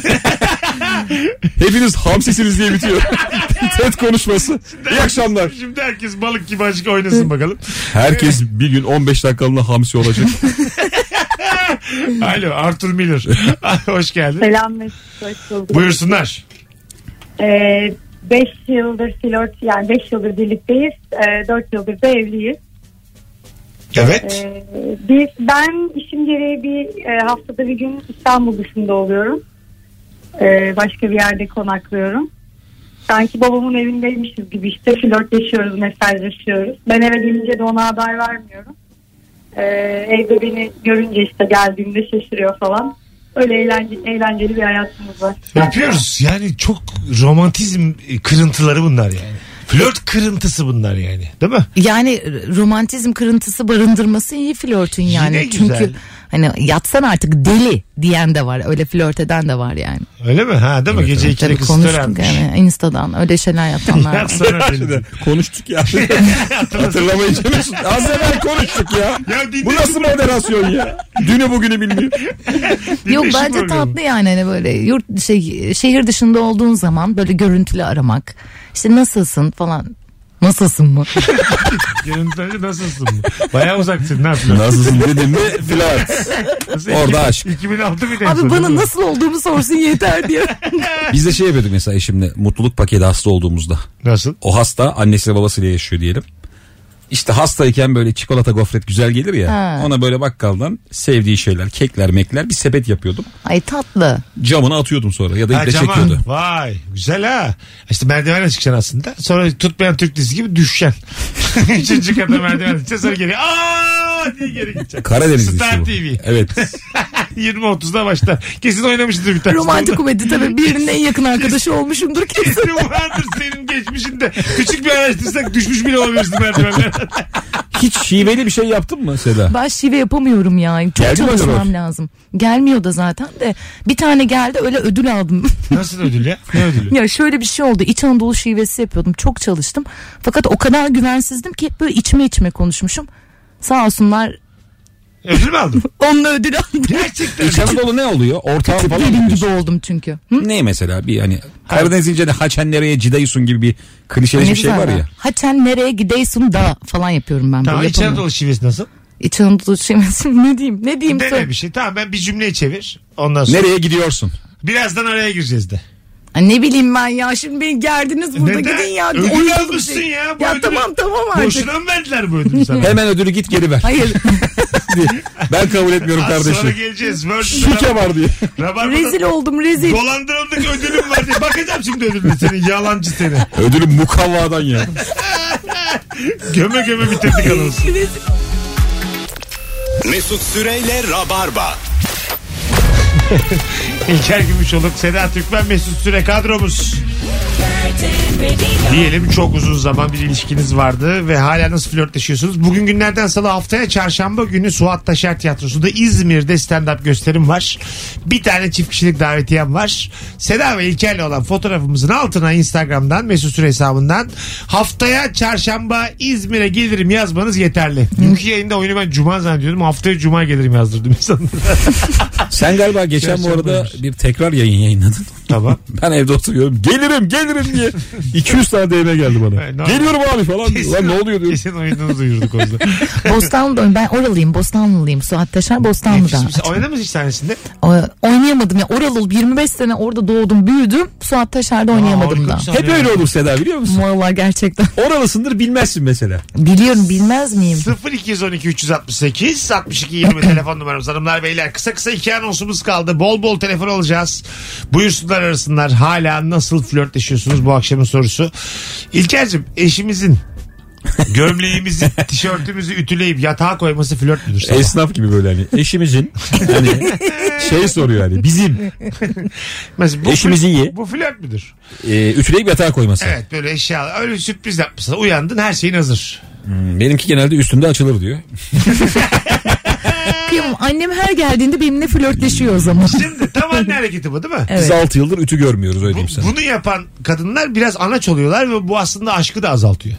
Hepiniz hamsisiniz diye bitiyor. TED konuşması. İyi akşamlar. Şimdi herkes balık gibi açık oynasın bakalım. Herkes bir gün 15 dakikalığına hamsi olacak. Alo Arthur Miller. Hoş geldin. Selam Mesut. Hoş bulduk. Buyursunlar. 5 yıldır flört yani 5 yıldır birlikteyiz. 4 yıldır da evliyiz. Evet. Ben işim gereği bir haftada bir gün İstanbul dışında oluyorum. Başka bir yerde konaklıyorum. Sanki babamın evindeymişiz gibi işte flörtleşiyoruz, mesajlaşıyoruz. Ben eve gelince de ona haber vermiyorum. Evde beni görünce işte geldiğimde şaşırıyor falan. Öyle eğlenceli bir hayatımız var. Yapıyoruz. Yani çok romantizm kırıntıları bunlar yani. Flört kırıntısı bunlar yani. Değil mi? Yani romantizm kırıntısı barındırması iyi flörtün yani. Yine güzel. Çünkü hani yatsan artık deli diyen de var. Öyle flört eden de var yani. Öyle mi? Ha değil mi? Gece 2'de kız konuştuk yani Insta'dan öyle şeyler yapanlar var. Konuştuk ya. Hatırlamayınca Mesut. Az evvel konuştuk ya. Bu nasıl moderasyon ya? Dünü bugünü bilmiyor. Yok bence tatlı yani hani böyle şehir dışında olduğun zaman böyle görüntülü aramak. İşte nasılsın falan. Nasılsın mı? Görüntüleri nasılsın mı? Bayağı uzaksın ne yapıyorsun? Nasılsın dedim mi flört. Orada aşk. 2006 bir Abi bana nasıl olduğumu sorsun yeter diye. Biz de şey yapıyorduk mesela eşimle mutluluk paketi hasta olduğumuzda. Nasıl? O hasta annesiyle babasıyla yaşıyor diyelim. İşte hastayken böyle çikolata gofret güzel gelir ya. Ha. Ona böyle bakkaldan sevdiği şeyler kekler mekler bir sepet yapıyordum. Ay tatlı. Camına atıyordum sonra ya da iple cama. çekiyordu. Vay güzel ha. İşte merdivenle çıkacaksın aslında. Sonra tutmayan Türk dizisi gibi düşeceksin. 3. kata merdiven çıkacaksın sonra geliyor. Aa! Allah diye geri gideceksin. Karadeniz Star bu. TV. Evet. 20.30'da başlar. Kesin oynamıştır bir tane. Romantik komedi tabii birinin en yakın arkadaşı olmuşumdur kesin. Kesin vardır senin geçmişinde. Küçük bir araştırsak düşmüş bile olabilirsin merdivenlerden. Hiç şiveli bir şey yaptın mı Seda? Ben şive yapamıyorum ya. Çok Geldi mi çalışmam lazım. Gelmiyor da zaten de. Bir tane geldi öyle ödül aldım. Nasıl ödül ya? Ne ödülü? Ya şöyle bir şey oldu. İç Anadolu şivesi yapıyordum. Çok çalıştım. Fakat o kadar güvensizdim ki böyle içime konuşmuşum. Sağ olsunlar. Ödül mü aldın? Onunla ödül aldım. Gerçekten. İç Anadolu ne oluyor? Ortağı Küçük falan gelin mı? gibi oldum çünkü. Hı? Ne mesela bir hani Karadeniz ince de haçen nereye cidayusun gibi bir klişeli bir şey var ya. Haçen nereye gideysun da falan yapıyorum ben. Tamam, böyle İç Anadolu şivesi nasıl? İç Anadolu şivesi ne diyeyim? Dene bir şey. Tamam, ben bir cümleyi çevir. Ondan sonra. Nereye gidiyorsun? Birazdan araya gireceğiz de. Ne bileyim ben ya, şimdi beni gerdiniz burada. Neden? Gidin ya. Ödül Oyunculuk almışsın şey. ya. Bu Ya ödülü. tamam artık. Boşuna mı verdiler bu ödülü sana? Hemen ödülü git geri ver. Hayır. Ben kabul etmiyorum Az sonra kardeşim. geleceğiz. Şike var diye. Rezil oldum rezil. Dolandırıldık, ödülüm var diye. Bakacağım şimdi ödülüne senin. Yalancı seni. Ödülüm mukavvadan ya. Göme bitirdik anonsu. Mesut Süreyle Rabarba. İlker Gümüşoluk, Seda Türkmen, Mesut Süre kadromuz. Diyelim çok uzun zaman bir ilişkiniz vardı ve hala nasıl flörtleşiyorsunuz? Bugün günlerden salı, haftaya çarşamba günü Suat Taşer Tiyatrosu'nda İzmir'de stand-up gösterim var. Bir tane çift kişilik davetiyem var. Seda ve İlker'le olan fotoğrafımızın altına Instagram'dan, Mesut Süre hesabından haftaya çarşamba İzmir'e gelirim yazmanız yeterli. Dünkü yayında oyunu ben cuma zannediyordum. Haftaya cuma gelirim yazdırdım insanlara. Sen galiba geçen bu arada bir tekrar yayın yayınladın. Tamam. Ben evde oturuyorum. Gelirim diye. 200 tane DM geldi bana. Evet, Geliyorum abi falan. Lan ne oluyor diyorum. Kesin oyununu duyurduk orada. Bostanlı, ben oralıyım, Bostanlılıyım. Suat Taşer Bostanlı'dan. Oynadın mı hiç tanesinde? Oynayamadım ya, oralı olup 25 sene orada doğdum büyüdüm. Suat Taşer'de oynayamadım da. Hep öyle olur Seda, biliyor musun? Vallahi gerçekten. Oralısındır, bilmezsin mesela. Biliyorum, bilmez miyim? 0212 368 62 20 telefon numaramız hanımlar beyler. Kısa iki anonsumuz kaldı. Bol telefon alacağız. Buyursunlar, arasınlar. Hala nasıl flörtleşiyorsunuz, bu akşamın sorusu. İlker'cim, eşimizin gömleğimizi, tişörtümüzü ütüleyip yatağa koyması flört müdür sana? Esnaf gibi böyle hani. Eşimizin hani şey soruyor hani. Bizim. Mesela eşimizin ye. Bu flört müdür? Ütüleyip yatağa koyması. Evet, böyle eşya, öyle bir sürpriz yapmışsın. Uyandın, her şeyin hazır. Benimki genelde üstünde açılır diyor. Kıyamam, annem her geldiğinde benimle flörtleşiyor o zaman. Şimdi tam anne hareketi bu, değil mi? Evet. Biz 6 yıldır ütü görmüyoruz, öyle diyeyim sana. Bunu yapan kadınlar biraz anaç oluyorlar ve bu aslında aşkı da azaltıyor.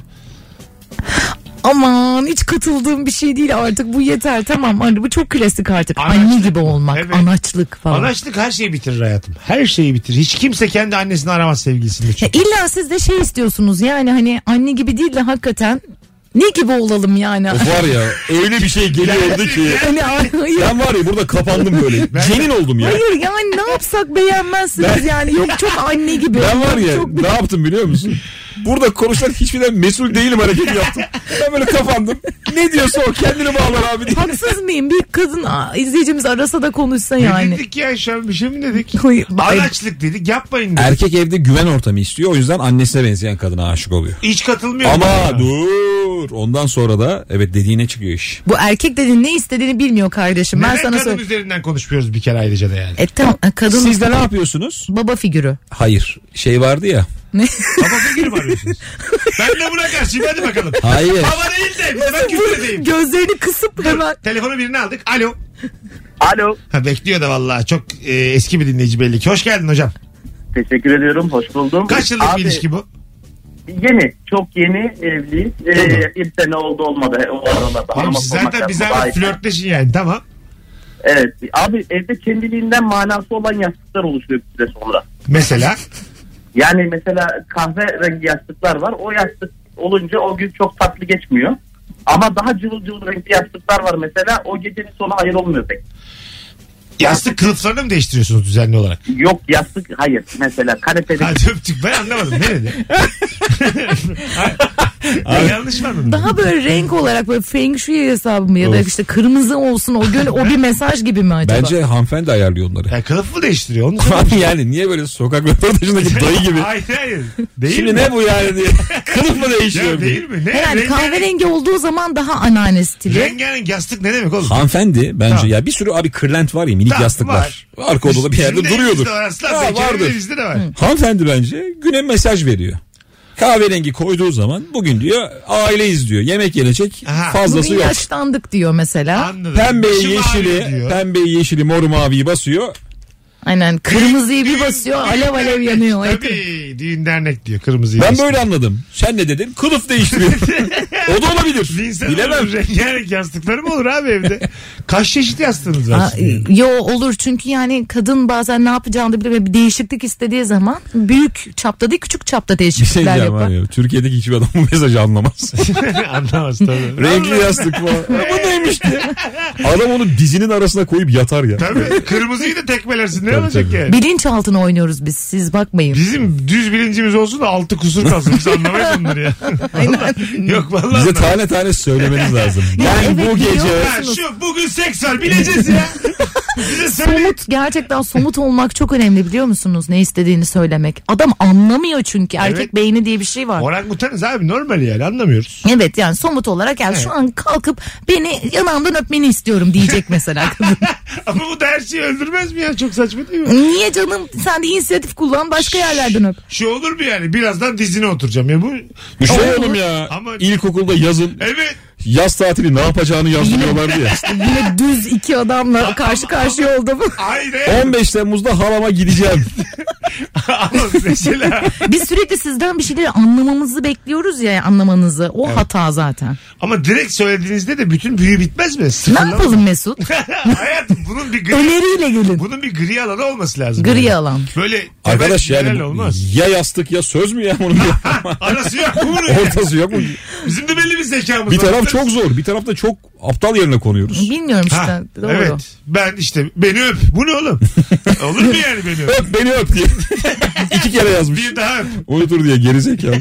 Aman, hiç katıldığım bir şey değil artık, bu yeter, tamam. Hani bu çok klasik artık. Anaçlık. Anne gibi olmak, Evet. anaçlık falan. Anaçlık her şeyi bitirir hayatım. Her şeyi bitirir. Hiç kimse kendi annesini aramaz sevgilisinde çünkü. İlla siz de şey istiyorsunuz yani, hani anne gibi değil de hakikaten ne gibi olalım yani. Of var ya, öyle bir şey geliyordu ki. Hani, hayır. Ben var ya burada kapandım böyle. Cenin oldum ya. Hayır yani, ne yapsak beğenmezsiniz yani. Yok, çok anne gibi. Ben var ya, Çok... ne yaptım biliyor musun? Burada konuşan hiçbirinden mesul değilim hareketi yaptım. Ben böyle kapandım. Ne diyorsa o, kendini bağlar abi diye. Haksız mıyım? Bir kadın izleyicimiz arasa da konuşsa Ne yani. dedik ya, şu an bir şey mi dedik? Hayır. Anaçlık dedik, yapmayın dedik. Erkek evde güven ortamı istiyor. O yüzden annesine benzeyen kadına aşık oluyor. Hiç katılmıyor. Ama dur. Ondan sonra da evet dediğine çıkıyor iş. Bu erkek dediğin ne istediğini bilmiyor kardeşim. Ben Neden sana kadın söyleyeyim. üzerinden konuşmuyoruz bir kere ayrıca da yani? Tamam, kadın. Siz de ne yapıyorsunuz? Baba figürü. Hayır. Şey vardı ya. Ne? Baba figürü mü arıyorsunuz? Ben de buna karşıyım, hadi bakalım. Hayır. Baba değil de ben küfür edeyim. Gözlerini kısıp hemen. Telefonu birini aldık. Alo. Alo. Bekliyor da vallahi. Çok eski bir dinleyici belli ki. Hoş geldin hocam. Teşekkür ediyorum. Hoş buldum. Kaç yıllık bir ilişki bu? Yeni. Çok yeni evliyiz. Bir sene oldu olmadı. O aralarda. Tamam, zaten bize flörtleşin yani, tamam. Evet. Abi evde kendiliğinden manası olan yastıklar oluşuyor bir süre sonra. Mesela? Yani mesela kahverengi yastıklar var. O yastık olunca o gün çok tatlı geçmiyor. Ama daha cıvıl cıvıl renkli yastıklar var mesela. O gecenin sonu hayır olmuyor pek. Yastık kılıflarını mı değiştiriyorsunuz düzenli olarak? Yok, yastık hayır. Mesela kanepede. Hadi öptük, ben anlamadım. Ne dedi? Yanlış mı anladın? Daha böyle renk olarak böyle feng shui hesabı mı ya da işte kırmızı olsun o gün o bir mesaj gibi mi acaba? Bence hanımefendi ayarlıyor onları. Ya kılıf mı değiştiriyor? Onu Abi yani niye böyle sokak röportajındaki dayı gibi? Hayır. Değil Şimdi mi? ne bu yani diye. Kılıf mı değişiyor? Ya değil mi? Ne? Herhalde kahverengi olduğu zaman daha anneanne stili. Rengarenk yastık ne demek oğlum? Hanımefendi bence Tamam. ya bir sürü abi kırlent var ya minik Tamam, yastıklar. Arka odada bir yerde Bizim de duruyordur. elimizde var aslan. Ha, Bekarın vardır. elimizde de var. Hanımefendi bence güne mesaj veriyor. Kahverengi koyduğu zaman bugün diyor aileyiz diyor. Yemek yenecek Aha. fazlası Bugün yok. yaşlandık diyor mesela. Anladım. Pembeyi Başım ağrıyor yeşili, diyor. pembeyi yeşili moru maviyi basıyor. Aynen kırmızıyı bir basıyor alev alev yanıyor. Tabii düğün dernek diyor kırmızıyı. Ben basıyor. böyle anladım. Sen ne dedin? Kılıf değiştiriyor. O da olabilir. Bilemem. Rengarenk yastıkları mı olur abi evde? Kaç çeşit yastığınız var? Yo olur çünkü yani kadın bazen ne yapacağını da bilemiyor. Bir değişiklik istediği zaman büyük çapta değil küçük çapta Bir şey değişiklikler diyeceğim yapar. abi. Türkiye'deki hiçbir adam bu mesajı anlamaz. Anlamaz tabii. Renkli yastık falan. Bu neymiş diye. Adam onu dizinin arasına koyup yatar ya. Tabii kırmızıyı da tekmelersin ne Tabii, olacak tabii. yani? Bilinçaltına oynuyoruz biz siz bakmayın. Bizim düz bilincimiz olsun da altı kusur kalsın. Biz anlamayız onları ya. Vallahi, yok vallahi. Bize anlamam. tane tane söylemeniz lazım. Ya Ben evet, bu gece Ha, şu bugün seks var bileceğiz ya. Bize söyle. Somut gerçekten somut olmak çok önemli biliyor musunuz? Ne istediğini söylemek. Adam anlamıyor çünkü erkek Evet. beyni diye bir şey var. Orangutanız abi normal yani anlamıyoruz. Evet yani somut olarak yani şu an kalkıp beni yanağımdan öpmeni istiyorum diyecek mesela kadın. Ama bu da her şeyi öldürmez mi ya? Çok saçma değil mi? Niye canım sen de inisiyatif kullan başka yerlerden öp. Şu olur mu yani? Birazdan dizine oturacağım ya bu. bir şey Olur. oğlum ya. Ama- İlkokulda yazın Evet. yaz tatili ne yapacağını yazdırıyorlardı ya. Yine düz iki adamla karşı karşıya oldu mu? Hayır. 15 Temmuz'da halama gideceğim. Ama mesela. Biz sürekli sizden bir şeyleri anlamamızı bekliyoruz ya anlamanızı. O hata zaten. Ama direkt söylediğinizde de bütün büyü bitmez mi? Ne Sıfırlama. yapalım Mesut? Hayatım bunun bir gri, Öneriyle gelin. bunun bir gri alanı olması lazım. Gri yani. alan. Böyle Arkadaş genel yani olmaz. ya yastık ya söz mü ya bunun? Arası yok mu bunun? Ortası yok mu? Bizim de belli bir zekamız Bir var. taraf çok zor. Bir tarafta çok aptal yerine konuyoruz. Bilmiyorum işte. Ha, Doğru. evet. Ben işte beni öp. Bu ne oğlum? Olur mu yani beni öp? Öp beni öp diye. 2 kere yazmış. Bir daha öp. Unutur diye gerizekalı.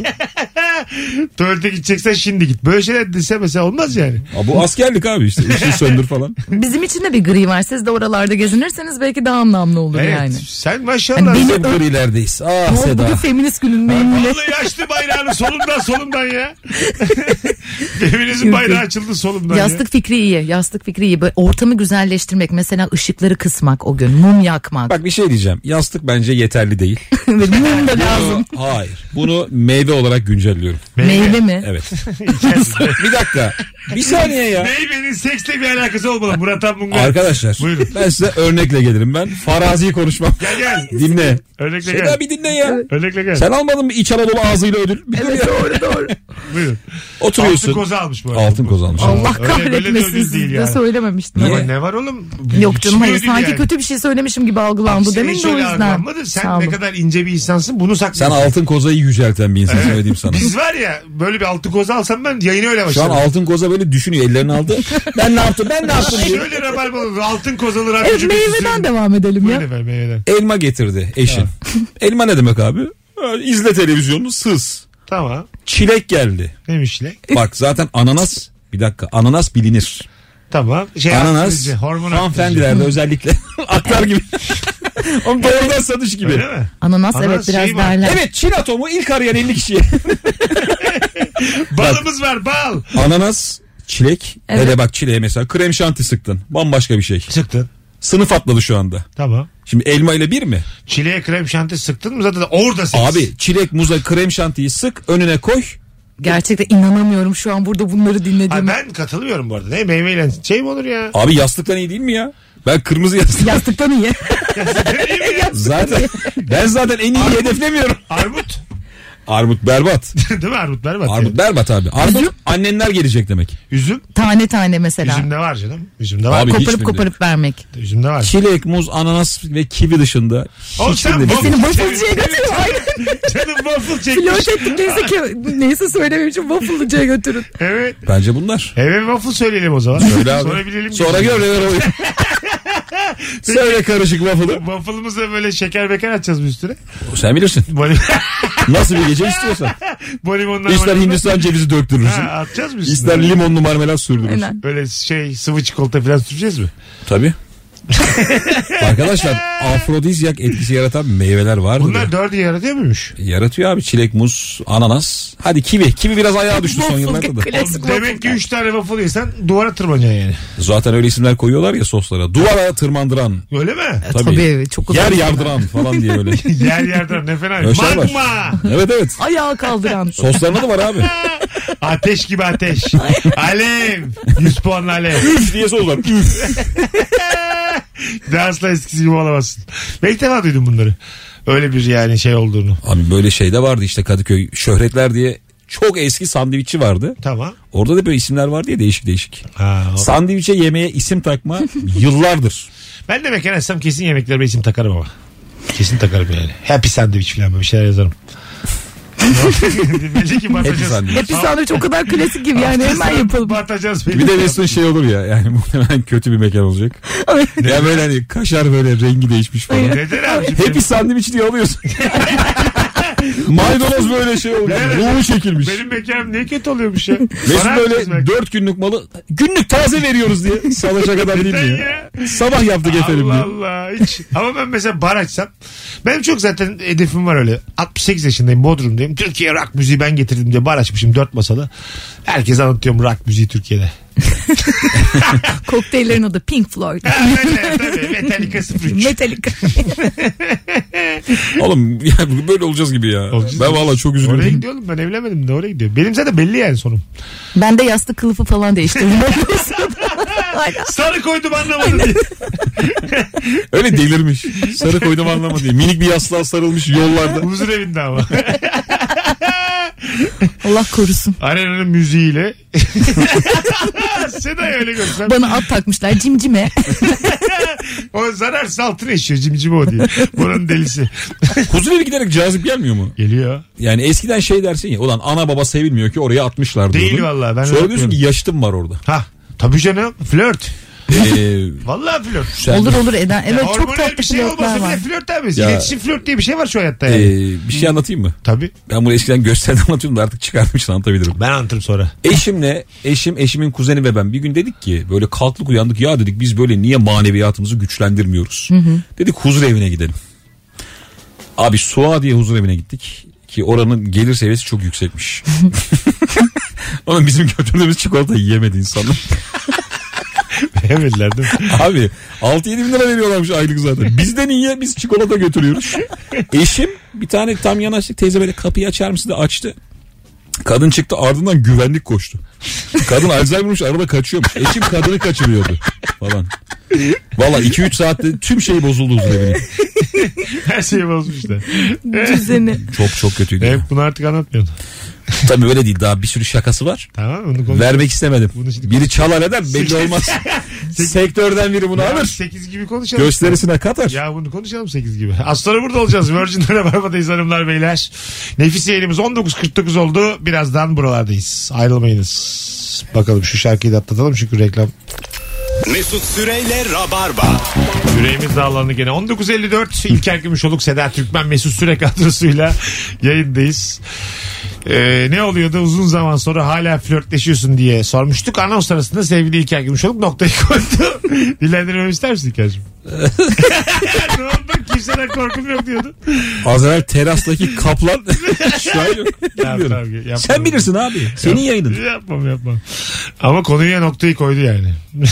Tuvalete gideceksen şimdi git. Böyle şeyler dese mesela olmaz yani. Ya bu askerlik abi işte. Işığı söndür falan. Bizim için de bir gri var. Siz de oralarda gezinirseniz belki daha anlamlı olur Evet. yani. Sen maşallah. Yani Biz hep grilerdeyiz. Ah Ne oldu Seda. bugün feminist günündeyim yine. Vallahi açtı bayrağını solumdan ya. Feminizm bayrağı açıldı solumdan Yastık fikri iyi. Yastık fikri iyi. Böyle ortamı güzelleştirmek. Mesela ışıkları kısmak o gün. Mum yakmak. Bak bir şey diyeceğim. Yastık bence yeterli değil. Mum da lazım. Hayır. Bunu meyve olarak güncelliyorum. Meyve mi? Evet. Bir dakika. Bir saniye ya. Meyvenin seksle bir alakası olmalı Murat Anmungan. Arkadaşlar Buyurun. ben size örnekle gelirim ben. Farazi'yi konuşmam. Gel. Dinle. Örnekle Seda gel. bir dinle ya. Örnekle gel. Sen almadın mı İç Anadolu ağzıyla ödül? Bir dur ya. Doğru. Buyurun. Oturuyorsun. Altın koza almış bu arada. Altın koza almış. Allah Öyle de kahretmesin ödül siz değil de yani. söylememiştim. Ama ama. ne var oğlum? Yok canım hayır Ödül sanki yani. kötü bir şey söylemişim gibi algılandı. Senin Demin de o şöyle yüzden. algılanmadı. Sen Sağ ne olun. kadar ince bir insansın bunu Sen saklıyorsun. altın kozayı yücelten bir insan söyleyeyim sana. Biz var ya böyle bir altın koza alsam ben yayını öyle Şu başlarım. an altın koza böyle düşünüyor. Ellerini aldı. Ben ne yaptım diye. Şöyle rabarba olur. Altın kozalı Evet radyocu. meyveden devam edelim ya. Buyurun efendim meyveden. Elma getirdi eşin. Elma ne demek abi? İzle televizyonunu sız. Tamam. Çilek geldi. Neymiş lan? Bak zaten ananas bir dakika ananas bilinir. Tamam. Ananas arttırıcı, hormon hanımefendilerde özellikle aktar gibi. Onun doğrudan satış gibi. Öyle mi? Ananas Ananas evet biraz şey var. derler. Evet Çin atomu ilk arayan 50 kişiye. Balımız var bal. Ananas, çilek. Evet. Hele bak çileğe mesela krem şanti sıktın. Bambaşka bir şey. Sıktın. Sınıf atladı şu anda. Tamam. Şimdi elma ile bir mi? Çileğe krem şanti sıktın mı zaten orada seks. Abi çilek muza krem şantiyi sık önüne koy. Gerçekten inanamıyorum şu an burada bunları Ay dinlediğime. ben katılmıyorum bu arada. Ne meyveyle şey mi olur ya? Abi yastıktan iyi değil mi ya? Ben kırmızı yastık. Yastıktan iyi. Zaten ben zaten en iyi hedeflemiyorum. Armut. Armut berbat. Değil mi armut berbat? Armut yani. berbat abi. Armut annenler gelecek demek. Üzüm. Tane tane mesela. Üzümde var canım. Üzümde var. Abi hiçbirinde. Koparıp vermek. Üzümde var. Çilek, muz, ananas ve kivi dışında Oğlum sen hiçbirinde. waffle Seni waffle'cıya götürüyor. Canım waffle çekmiş. Flört ettik neyse söylemem için waffle'cıya götürün. Evet. Bence bunlar. Eve waffle söyleyelim o zaman. Söyle abi. Sonra bilelim. Sonra gör neler oluyor. Söyle karışık waffle'ı. Waffle'ımıza böyle şeker bekar atacağız mı üstüne? Sen bilirsin. Nasıl bir gece istiyorsan. İster Hindistan cevizi döktürürsün. Atacağız mı üstüne? İster limonlu marmelat sürdürürsün. Böyle sıvı çikolata falan süreceğiz mi? Tabii. Arkadaşlar afrodizyak etkisi yaratan meyveler var mı? Bunlar 4'ü yaratıyor muymuş? Yaratıyor abi. Çilek, muz, ananas. Hadi kivi. Kivi biraz ayağa düştü son yıllarda da. Demek ki 3 tane waffle yesen duvara tırmanacaksın yani. Zaten öyle isimler koyuyorlar ya soslara. Duvara tırmandıran. Öyle mi? Tabii çok yer yardıran falan diye öyle. Yer yardıran ne fena. Magma. Evet. Ayağa kaldıran. Soslarına da var abi. Ateş gibi ateş. Alev. 100 puanlı alev. Üf diye sos var. Üf. De asla eskisi gibi olamazsın. Ben ilk defa duydum bunları. Öyle bir yani şey olduğunu. Abi böyle şey de vardı işte Kadıköy Şöhretler diye çok eski sandviççi vardı. Tamam. Orada da böyle isimler vardı ya değişik. Ha, sandviçe yemeğe isim takma yıllardır. Ben de mekan açsam kesin yemeklerime isim takarım ama. Kesin takarım yani. Happy sandwich falan böyle bir şeyler yazarım. Happy sandwich o kadar klasik gibi yani hemen yapalım. Batacağız. Bir de Mesut'un şey olur ya yani muhtemelen kötü bir mekan olacak. Ya böyle hani kaşar böyle rengi değişmiş falan. Neden abi? Happy sandwich diye alıyorsun. Maydanoz böyle şey olmuş. Ruhu çekilmiş. Benim mekanım ne kötü oluyormuş ya. Mesut böyle 4 günlük malı günlük taze veriyoruz diye salacak adam değil mi ya? Sabah yaptık efendim diye. Allah hiç. Ama ben mesela bar açsam benim çok zaten hedefim var öyle. 68 yaşındayım Bodrum'dayım. Türkiye rock müziği ben getirdim diye bar açmışım 4 masalı. Herkese anlatıyorum rock müziği Türkiye'de. Kokteyllerin adı Pink Floyd. Tabii Metallica 03. Metallica. Oğlum ya böyle olacağız gibi ya. Ben valla çok üzgünüm. Oraya gidiyorum ben evlenmedim de oraya gidiyorum. Benim zaten belli yani sonum. Ben de yastık kılıfı falan değiştirdim. Sarı koydum anlamadım diye. Öyle delirmiş. Sarı koydum anlamadı diye. Minik bir yastığa sarılmış yollarda. Huzur evinde ama. Allah korusun. Arena'nın müziğiyle. Seda öyle görsen. Bana at takmışlar cimcime. O zararsız altına eşiyor cimcime o diye. Bunun delisi. Huzurevi giderek cazip gelmiyor mu? Geliyor. Yani eskiden şey dersin ya ulan ana baba sevilmiyor ki oraya atmışlar diyordun. Değil vallahi. Ben sonra diyorsun ki yaşıtım var orada. Ha tabii canım flört. Vallahi flört. Olur Eden. Evet ya, çok tatlı bir şey flörtler var. Flört abi. İletişim flört diye bir şey var şu hayatta yani. Bir şey anlatayım mı? Tabii. Ben bunu eskiden gösterdim anlatıyorum da artık çıkarmışsın anlatabilirim. Ben anlatırım sonra. Eşimin kuzeni ve ben bir gün dedik ki böyle kalktık uyandık ya dedik biz böyle niye maneviyatımızı güçlendirmiyoruz? Dedik huzur evine gidelim. Abi Suadiye huzur evine gittik ki oranın gelir seviyesi çok yüksekmiş. Onun bizim götürdüğümüz çikolatayı yiyemedi insanlar. Beğenmediler değil mi? Abi 6-7 bin lira veriyorlarmış aylık zaten. Bizden iyi biz çikolata götürüyoruz. Eşim bir tane tam yanaştık teyze böyle kapıyı açar mısın da açtı. Kadın çıktı ardından güvenlik koştu. Kadın Alzheimer'mış arada kaçıyormuş. Eşim kadını kaçırıyordu falan. Valla 2-3 saatte tüm şey bozuldu huzur evine. Her şeyi bozmuşlar. Düzeni. Çok kötüydü. Evet bunu artık anlatmıyordum. Tabii öyle değil daha bir sürü şakası var. Tamam bunu konuşalım. Vermek istemedim. Biri çalar eder belli olmaz. Sektörden biri bunu alır. 8 gibi konuşalım. Gösterisine katar. Ya bunu konuşalım 8 gibi. Az sonra burada olacağız. Virgin'de Rabarba'dayız hanımlar beyler. Nefis yayınımız 19.49 oldu. Birazdan buralardayız. Ayrılmayınız. Bakalım şu şarkıyı da atlatalım çünkü reklam. Mesut Süreyle Rabarba. Yüreğimiz dağlandı gene. 19.54 İlker Gümüşoluk, Seda Türkmen, Mesut Süre kadrosuyla yayındayız. Ne oluyordu uzun zaman sonra hala flörtleşiyorsun diye sormuştuk. Anons arasında sevgili İlker Gümüşoluk noktayı koydu. Dillendirmemi ister misin İlker'cim? Ne oldu? Kimseden korkum yok diyordu. Az evvel terastaki kaplan şu an yok. Yapma. Sen bilirsin abi. Senin yayının. Yapmam. Ama konuya noktayı koydu yani.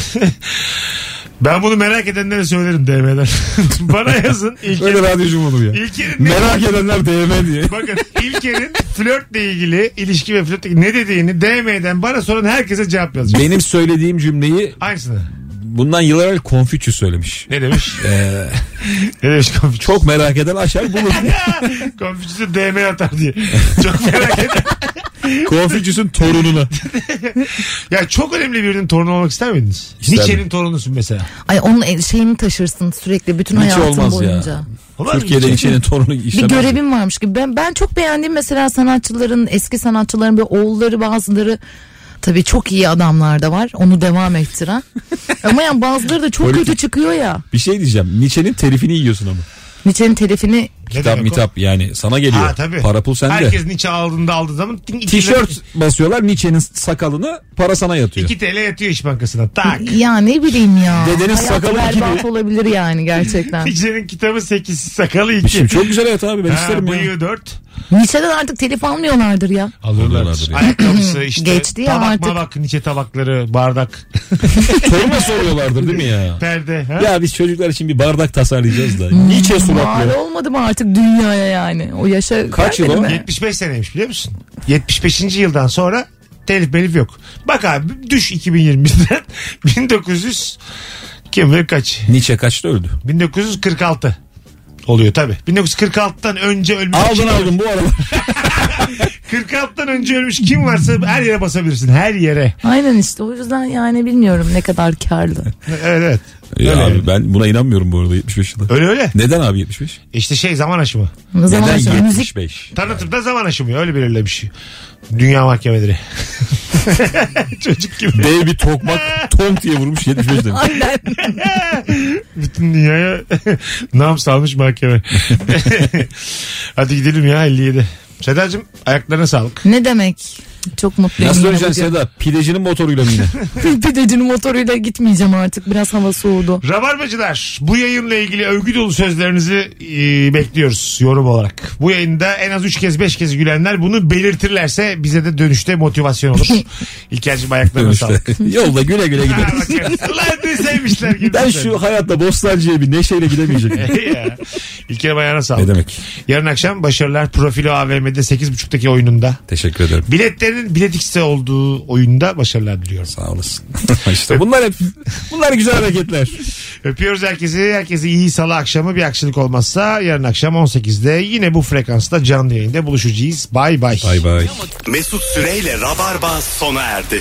Ben bunu merak edenlere söylerim DM'den. Bana yazın. Öyle radyocum olur ya. Merak edenler DM diye. Bakın İlker'in flörtle ilgili ilişki ve flörtle ilgili ne dediğini DM'den bana soran herkese cevap yazacağım. Benim söylediğim cümleyi aynısını. Bundan yıllar evvel Konfüçyüs söylemiş. Ne demiş? Ne demiş Konfüçyüs? Çok merak eden aşağı bulur. Konfüçyüs'e DM atar diye. Çok merak eden. Konfüçyüs'ün torununa. Ya çok önemli birinin torunu olmak ister miydiniz? Nietzsche'nin torunusun mesela. Ay onun şeyini taşırsın sürekli bütün hayatın boyunca. Ya. Türkiye'de Nietzsche'nin torunu işlemez. Bir görevim varmış gibi. Ben çok beğendiğim mesela sanatçıların, eski sanatçıların böyle oğulları bazıları Tabii çok iyi adamlar da var onu devam ettiren. Ama yani bazıları da çok kötü çıkıyor ya. Bir şey diyeceğim. Nietzsche'nin telifini yiyorsun ama. Nietzsche'nin telifini... Kitap yani sana geliyor. Ha, tabii. Para pul sende. Herkes Nietzsche aldığı zaman tişört basıyorlar, Nietzsche'nin sakalını, para sana yatıyor. 2 TL yatıyor İş Bankası'na. Tak. Ya ne bileyim ya. Dedenin sakalı berbat olabilir yani gerçekten. Nietzsche'nin kitabı 8, sakalı 2. Şimdi çok güzel hayat abi, ben isterim ya. Bıyığı 4. Nietzsche'den artık telif almıyorlardır ya. Alıyorlardır. Ayakkabısı işte. Geçti ya tabak artık. Tabak, Nietzsche tabakları, bardak. Sorma soruyorlardır değil mi ya? Perde. Ha? Ya biz çocuklar için bir bardak tasarlayacağız da. Nietzsche suratlı. Mal olmadı mı artık dünyaya yani? O yaşa kaç yıl o? 75 seneymiş biliyor musun? 75. yıldan sonra telif belif yok. Bak abi düş 2021'den 1900 kim bilir kaç? Nietzsche kaçta öldü? 1946 oluyor tabii. 1946'dan önce ölmüş. Aldın bu arada. 46'dan önce ölmüş kim varsa her yere basabilirsin. Her yere. Aynen işte o yüzden yani bilmiyorum ne kadar karlı. Evet. Ya abi ben buna inanmıyorum bu arada 75 yılda. Öyle. Neden abi 75? İşte zaman aşımı. Zaman neden aşımı, 75? Tanıtımda zaman aşımı öyle belirlemiş. Dünya mahkemeleri. Çocuk gibi. Dev bir tokmak tonk diye vurmuş 75 demiş. Aynen. Bütün dünyaya nam salmış mahkeme. Hadi gidelim ya 57. Sedacığım ayaklarına sağlık. Ne demek? Çok mutluyum. Nasıl döneceksin Seda? Pidecinin motoruyla mı yine? Pidecinin motoruyla gitmeyeceğim artık. Biraz hava soğudu. Rabarbacılar bu yayınla ilgili övgü dolu sözlerinizi bekliyoruz yorum olarak. Bu yayında en az 3 kez 5 kez gülenler bunu belirtirlerse bize de dönüşte motivasyon olur. İlker'cim ayaklarına sağlık. Yolda güle güle gideriz. Allah ne sevmişler gibi. Ben şu hayatta Bostancı'ya bir neşeyle gidemeyecek. İlker'im ayağına sağlık. Ne demek? Yarın akşam başarılar Profilo AVM'de 8.30'daki oyununda. Teşekkür ederim. Biletlerin Bilet X'te olduğu oyunda başarılar diliyorum. Sağ olasın. İşte bunlar güzel hareketler. Öpüyoruz herkesi. Herkese iyi salı akşamı. Bir aksilik olmazsa yarın akşam 18'de yine bu frekansta canlı yayında buluşacağız. Bay bay. Bay bay. Mesut Süreyle Rabarba sona erdi.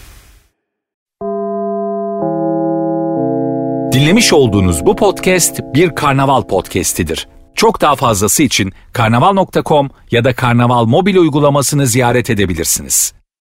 Dinlemiş olduğunuz bu podcast bir karnaval podcastidir. Çok daha fazlası için karnaval.com ya da karnaval mobil uygulamasını ziyaret edebilirsiniz.